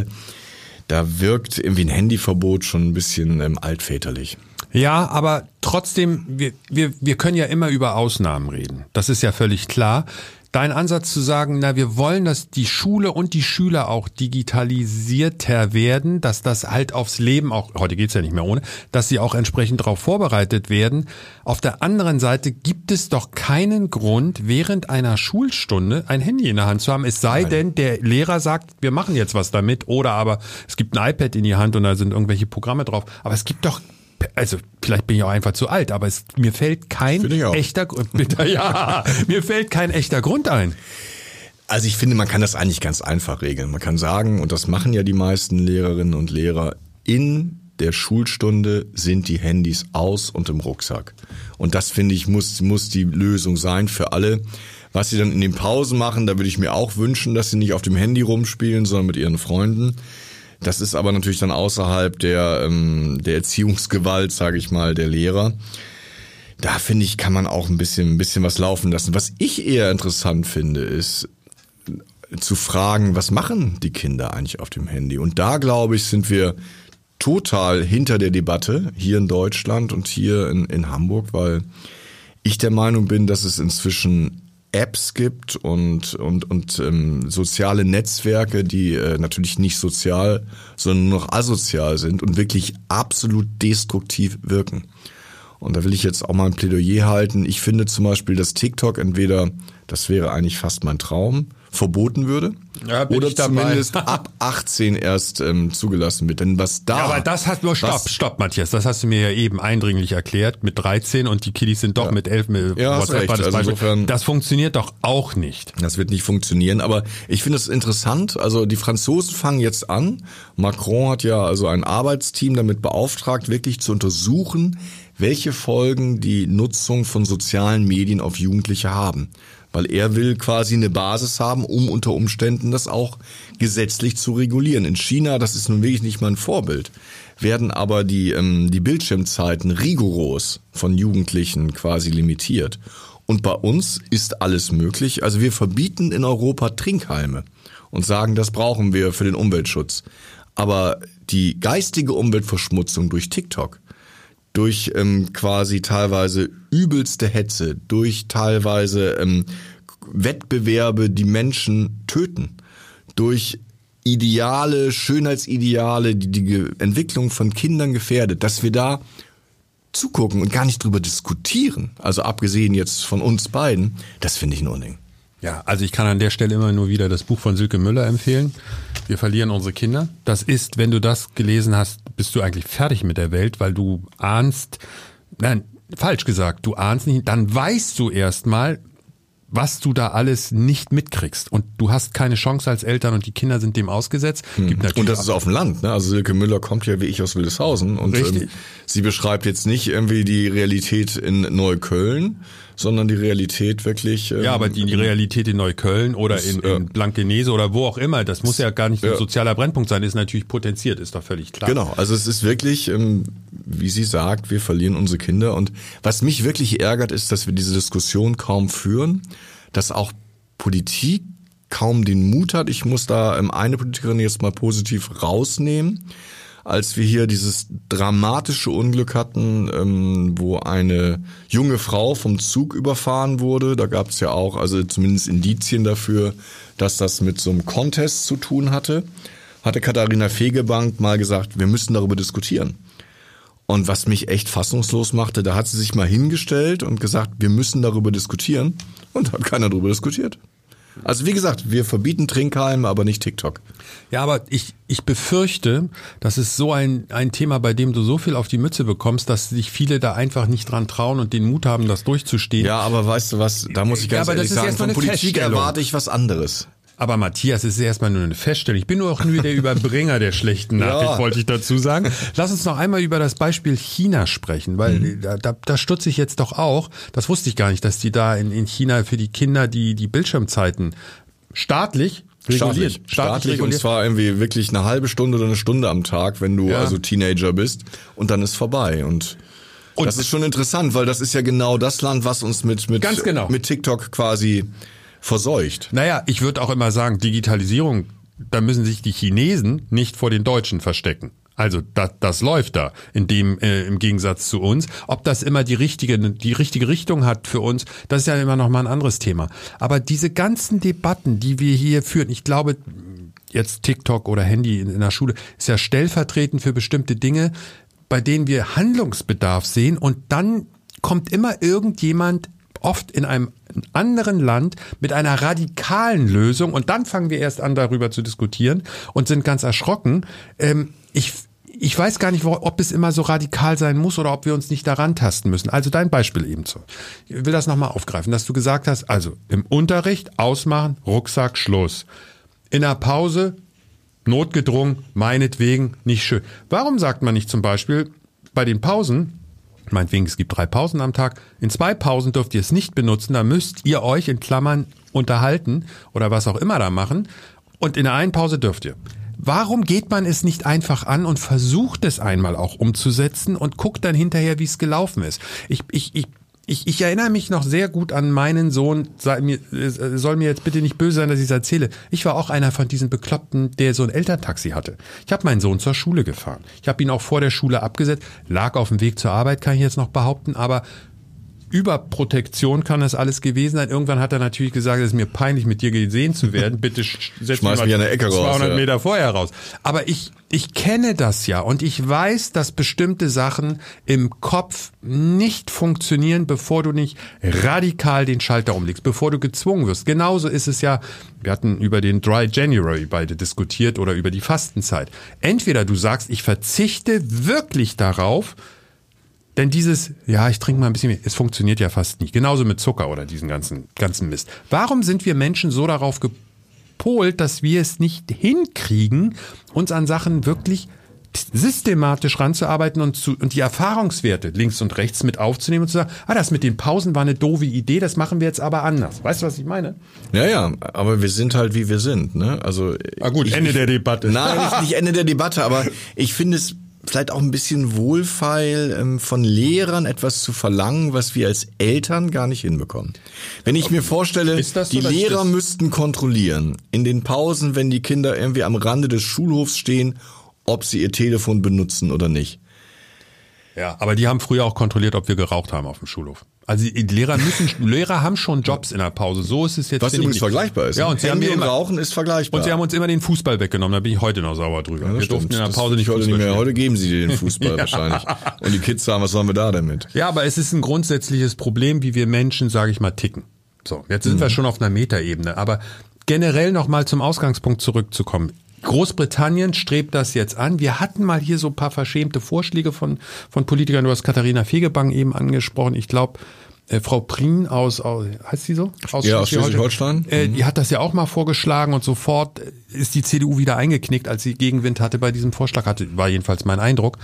Da wirkt irgendwie ein Handyverbot schon ein bisschen altväterlich. Ja, aber trotzdem, wir können ja immer über Ausnahmen reden. Das ist ja völlig klar. Dein Ansatz zu sagen, wir wollen, dass die Schule und die Schüler auch digitalisierter werden, dass das halt aufs Leben auch, heute geht's ja nicht mehr ohne, dass sie auch entsprechend darauf vorbereitet werden. Auf der anderen Seite gibt es doch keinen Grund, während einer Schulstunde ein Handy in der Hand zu haben, es sei denn, der Lehrer sagt, wir machen jetzt was damit, oder aber es gibt ein iPad in die Hand und da sind irgendwelche Programme drauf. Aber es gibt doch, also vielleicht bin ich auch einfach zu alt, aber mir fällt kein echter Grund. Mir fällt kein echter Grund ein. Also ich finde, man kann das eigentlich ganz einfach regeln. Man kann sagen, und das machen ja die meisten Lehrerinnen und Lehrer, in der Schulstunde sind die Handys aus und im Rucksack. Und das, finde ich, muss die Lösung sein für alle. Was sie dann in den Pausen machen, da würde ich mir auch wünschen, dass sie nicht auf dem Handy rumspielen, sondern mit ihren Freunden. Das ist aber natürlich dann außerhalb der Erziehungsgewalt, sage ich mal, der Lehrer. Da finde ich, kann man auch ein bisschen was laufen lassen. Was ich eher interessant finde, ist zu fragen, was machen die Kinder eigentlich auf dem Handy? Und da, glaube ich, sind wir total hinter der Debatte hier in Deutschland und hier in Hamburg, weil ich der Meinung bin, dass es inzwischen Apps gibt und soziale Netzwerke, die natürlich nicht sozial, sondern nur noch asozial sind und wirklich absolut destruktiv wirken. Und da will ich jetzt auch mal ein Plädoyer halten. Ich finde zum Beispiel, dass TikTok entweder, das wäre eigentlich fast mein Traum, verboten würde oder zumindest ab 18 erst zugelassen wird. Denn was da... Ja, aber das hat nur Stopp, Matthias, das hast du mir ja eben eindringlich erklärt, mit 13 und die Kiddies sind doch mit 11 mit WhatsApp. Also insofern, das funktioniert doch auch nicht. Das wird nicht funktionieren, aber ich finde es interessant, also die Franzosen fangen jetzt an, Macron hat ja also ein Arbeitsteam damit beauftragt, wirklich zu untersuchen, welche Folgen die Nutzung von sozialen Medien auf Jugendliche haben. Weil er will quasi eine Basis haben, um unter Umständen das auch gesetzlich zu regulieren. In China, das ist nun wirklich nicht mal ein Vorbild, werden aber die Bildschirmzeiten rigoros von Jugendlichen quasi limitiert. Und bei uns ist alles möglich. Also wir verbieten in Europa Trinkhalme und sagen, das brauchen wir für den Umweltschutz. Aber die geistige Umweltverschmutzung durch TikTok, durch quasi teilweise übelste Hetze, durch teilweise Wettbewerbe, die Menschen töten, durch Ideale, Schönheitsideale, die Entwicklung von Kindern gefährdet, dass wir da zugucken und gar nicht drüber diskutieren, also abgesehen jetzt von uns beiden, das finde ich ein Unding. Ja, also ich kann an der Stelle immer nur wieder das Buch von Silke Müller empfehlen. Wir verlieren unsere Kinder. Das ist, wenn du das gelesen hast, bist du eigentlich fertig mit der Welt, weil du ahnst, nein, falsch gesagt, du ahnst nicht, dann weißt du erstmal, was du da alles nicht mitkriegst. Und du hast keine Chance als Eltern und die Kinder sind dem ausgesetzt. Gibt natürlich und das ist auf dem Land, ne? Also Silke Müller kommt ja wie ich aus Wildeshausen und sie beschreibt jetzt nicht irgendwie die Realität in Neukölln, sondern die Realität wirklich. Ja, aber die Realität in Neukölln oder in Blankenese oder wo auch immer, das muss ja gar nicht ein sozialer Brennpunkt sein, ist natürlich potenziert, ist doch völlig klar. Genau, also es ist wirklich, wie sie sagt, wir verlieren unsere Kinder. Und was mich wirklich ärgert, ist, dass wir diese Diskussion kaum führen, dass auch Politik kaum den Mut hat. Ich muss da eine Politikerin jetzt mal positiv rausnehmen. Als wir hier dieses dramatische Unglück hatten, wo eine junge Frau vom Zug überfahren wurde, da gab es ja auch, also zumindest Indizien dafür, dass das mit so einem Contest zu tun hatte Katharina Fegebank mal gesagt, wir müssen darüber diskutieren. Und was mich echt fassungslos machte, da hat sie sich mal hingestellt und gesagt, wir müssen darüber diskutieren, und hat keiner darüber diskutiert. Also wie gesagt, wir verbieten Trinkhalme, aber nicht TikTok. Ja, aber ich befürchte, das ist so ein Thema, bei dem du so viel auf die Mütze bekommst, dass sich viele da einfach nicht dran trauen und den Mut haben, das durchzustehen. Ja, aber weißt du was, da muss ich ganz ehrlich sagen, von Politik erwarte ich was anderes. Aber Matthias, es ist erstmal nur eine Feststellung. Ich bin nur auch nur der Überbringer der schlechten Nachricht, wollte ich dazu sagen. Lass uns noch einmal über das Beispiel China sprechen, weil da stutze ich jetzt doch auch. Das wusste ich gar nicht, dass die da in China für die Kinder die Bildschirmzeiten staatlich reguliert. Staatlich und zwar irgendwie wirklich eine halbe Stunde oder eine Stunde am Tag, wenn du also Teenager bist, und dann ist vorbei. Und das ist schon interessant, weil das ist ja genau das Land, was uns mit TikTok quasi verseucht. Naja, ich würde auch immer sagen, Digitalisierung, da müssen sich die Chinesen nicht vor den Deutschen verstecken. Also das läuft da, im Gegensatz zu uns. Ob das immer die richtige Richtung hat für uns, das ist ja immer noch mal ein anderes Thema. Aber diese ganzen Debatten, die wir hier führen, ich glaube, jetzt TikTok oder Handy in der Schule, ist ja stellvertretend für bestimmte Dinge, bei denen wir Handlungsbedarf sehen, und dann kommt immer irgendjemand, oft in einem anderen Land, mit einer radikalen Lösung, und dann fangen wir erst an, darüber zu diskutieren und sind ganz erschrocken. Ich weiß gar nicht, ob es immer so radikal sein muss oder ob wir uns nicht daran tasten müssen. Also dein Beispiel ebenso. Ich will das nochmal aufgreifen, dass du gesagt hast, also im Unterricht ausmachen, Rucksack, Schluss. In der Pause, notgedrungen, meinetwegen, nicht schön. Warum sagt man nicht zum Beispiel bei den Pausen, meinetwegen, es gibt 3 Pausen am Tag, in 2 Pausen dürft ihr es nicht benutzen, da müsst ihr euch in Klammern unterhalten oder was auch immer da machen, und in der einen Pause dürft ihr. Warum geht man es nicht einfach an und versucht es einmal auch umzusetzen und guckt dann hinterher, wie es gelaufen ist? Ich erinnere mich noch sehr gut an meinen Sohn, soll mir jetzt bitte nicht böse sein, dass ich es erzähle. Ich war auch einer von diesen Bekloppten, der so ein Elterntaxi hatte. Ich habe meinen Sohn zur Schule gefahren. Ich habe ihn auch vor der Schule abgesetzt, lag auf dem Weg zur Arbeit, kann ich jetzt noch behaupten, aber Überprotektion kann das alles gewesen sein. Irgendwann hat er natürlich gesagt, es ist mir peinlich, mit dir gesehen zu werden. Bitte setz mich an der Ecke 200 Meter vorher raus. Aber ich kenne das ja, und ich weiß, dass bestimmte Sachen im Kopf nicht funktionieren, bevor du nicht radikal den Schalter umlegst, bevor du gezwungen wirst. Genauso ist es ja, wir hatten über den Dry January beide diskutiert oder über die Fastenzeit. Entweder du sagst, ich verzichte wirklich darauf, denn dieses, ich trinke mal ein bisschen mehr, es funktioniert ja fast nicht. Genauso mit Zucker oder diesen ganzen Mist. Warum sind wir Menschen so darauf gepolt, dass wir es nicht hinkriegen, uns an Sachen wirklich systematisch ranzuarbeiten und die Erfahrungswerte links und rechts mit aufzunehmen und zu sagen, das mit den Pausen war eine doofe Idee, das machen wir jetzt aber anders. Weißt du, was ich meine? Ja, aber wir sind halt, wie wir sind, ne? Also, gut, Ende der Debatte. Nein, nicht Ende der Debatte, aber ich finde es vielleicht auch ein bisschen wohlfeil, von Lehrern etwas zu verlangen, was wir als Eltern gar nicht hinbekommen. Wenn ich mir vorstelle, die Lehrer müssten kontrollieren, in den Pausen, wenn die Kinder irgendwie am Rande des Schulhofs stehen, ob sie ihr Telefon benutzen oder nicht. Ja, aber die haben früher auch kontrolliert, ob wir geraucht haben auf dem Schulhof. Also die Lehrer haben schon Jobs in der Pause. So ist es jetzt. Was übrigens vergleichbar ist. Ja, und Handy und Rauchen ist vergleichbar. Und sie haben uns immer den Fußball weggenommen. Da bin ich heute noch sauer drüber. Ja, wir durften in der Pause nicht Fußball spielen. Heute geben sie dir den Fußball wahrscheinlich. Und die Kids sagen, was sollen wir da denn mit? Ja, aber es ist ein grundsätzliches Problem, wie wir Menschen, sage ich mal, ticken. So, jetzt sind wir schon auf einer Metaebene, aber generell nochmal zum Ausgangspunkt zurückzukommen. Großbritannien strebt das jetzt an. Wir hatten mal hier so ein paar verschämte Vorschläge von Politikern. Du hast Katharina Fegebank eben angesprochen. Ich glaube, Frau Prien aus heißt sie so? Aus Schleswig-Holstein. Die hat das ja auch mal vorgeschlagen und sofort ist die CDU wieder eingeknickt, als sie Gegenwind hatte bei diesem Vorschlag. War jedenfalls mein Eindruck.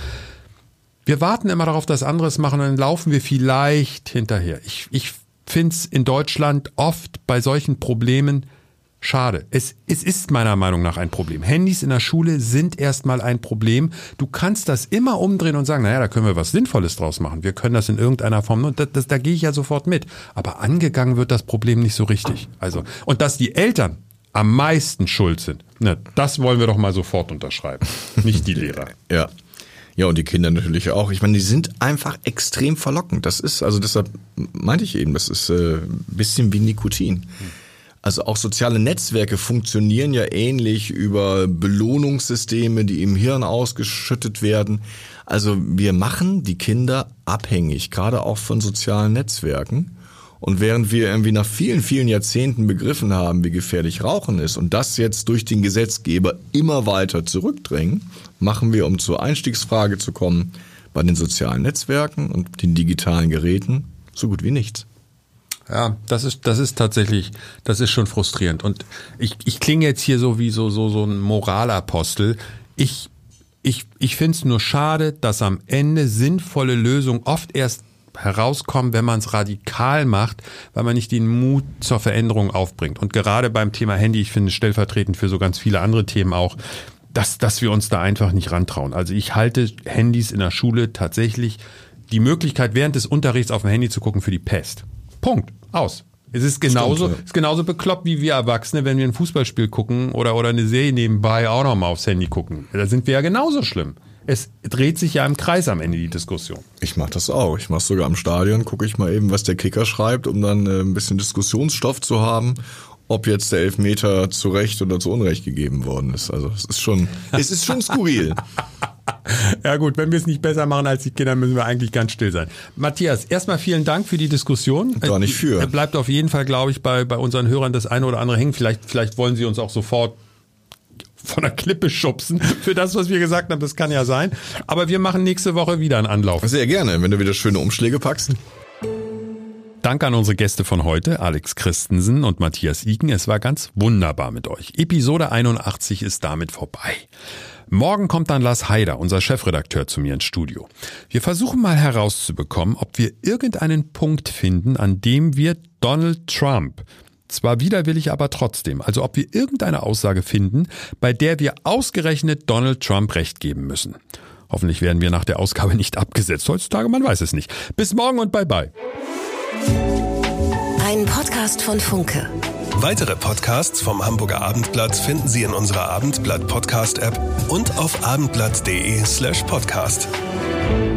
Wir warten immer darauf, dass andere es machen und dann laufen wir vielleicht hinterher. Ich finde es in Deutschland oft bei solchen Problemen schade. Es ist meiner Meinung nach ein Problem. Handys in der Schule sind erstmal ein Problem. Du kannst das immer umdrehen und sagen, naja, da können wir was Sinnvolles draus machen. Wir können das in irgendeiner Form, und da gehe ich ja sofort mit. Aber angegangen wird das Problem nicht so richtig. Also, und dass die Eltern am meisten schuld sind, ne, das wollen wir doch mal sofort unterschreiben. Nicht die Lehrer. Ja. Ja, und die Kinder natürlich auch. Ich meine, die sind einfach extrem verlockend. Das ist, also deshalb meinte ich eben, das ist ein bisschen wie Nikotin. Also auch soziale Netzwerke funktionieren ja ähnlich über Belohnungssysteme, die im Hirn ausgeschüttet werden. Also wir machen die Kinder abhängig, gerade auch von sozialen Netzwerken. Und während wir irgendwie nach vielen, vielen Jahrzehnten begriffen haben, wie gefährlich Rauchen ist und das jetzt durch den Gesetzgeber immer weiter zurückdrängen, machen wir, um zur Einstiegsfrage zu kommen, bei den sozialen Netzwerken und den digitalen Geräten so gut wie nichts. Ja, das ist tatsächlich, das ist schon frustrierend. Und ich klinge jetzt hier so wie so ein Moralapostel. Ich finde es nur schade, dass am Ende sinnvolle Lösungen oft erst herauskommen, wenn man es radikal macht, weil man nicht den Mut zur Veränderung aufbringt. Und gerade beim Thema Handy, ich finde stellvertretend für so ganz viele andere Themen auch, dass wir uns da einfach nicht rantrauen. Also ich halte Handys in der Schule tatsächlich die Möglichkeit, während des Unterrichts auf dem Handy zu gucken, für die Pest. Punkt. Aus. Es ist genauso bekloppt wie wir Erwachsene, wenn wir ein Fußballspiel gucken oder eine Serie nebenbei auch noch mal aufs Handy gucken. Da sind wir ja genauso schlimm. Es dreht sich ja im Kreis am Ende die Diskussion. Ich mache das auch. Ich mache es sogar im Stadion, gucke ich mal eben, was der Kicker schreibt, um dann ein bisschen Diskussionsstoff zu haben, ob jetzt der Elfmeter zu Recht oder zu Unrecht gegeben worden ist. Also es ist schon skurril. Ja gut, wenn wir es nicht besser machen als die Kinder, müssen wir eigentlich ganz still sein. Matthias, erstmal vielen Dank für die Diskussion. Gar nicht für. Bleibt auf jeden Fall, glaube ich, bei unseren Hörern das eine oder andere hängen. Vielleicht wollen sie uns auch sofort von der Klippe schubsen für das, was wir gesagt haben. Das kann ja sein. Aber wir machen nächste Woche wieder einen Anlauf. Sehr gerne, wenn du wieder schöne Umschläge packst. Danke an unsere Gäste von heute, Alex Christensen und Matthias Iken. Es war ganz wunderbar mit euch. Episode 81 ist damit vorbei. Morgen kommt dann Lars Haider, unser Chefredakteur, zu mir ins Studio. Wir versuchen mal herauszubekommen, ob wir irgendeinen Punkt finden, an dem wir Donald Trump, zwar widerwillig, aber trotzdem, also ob wir irgendeine Aussage finden, bei der wir ausgerechnet Donald Trump recht geben müssen. Hoffentlich werden wir nach der Ausgabe nicht abgesetzt. Heutzutage, man weiß es nicht. Bis morgen und bye bye. Ein Podcast von Funke. Weitere Podcasts vom Hamburger Abendblatt finden Sie in unserer Abendblatt Podcast App und auf abendblatt.de/podcast.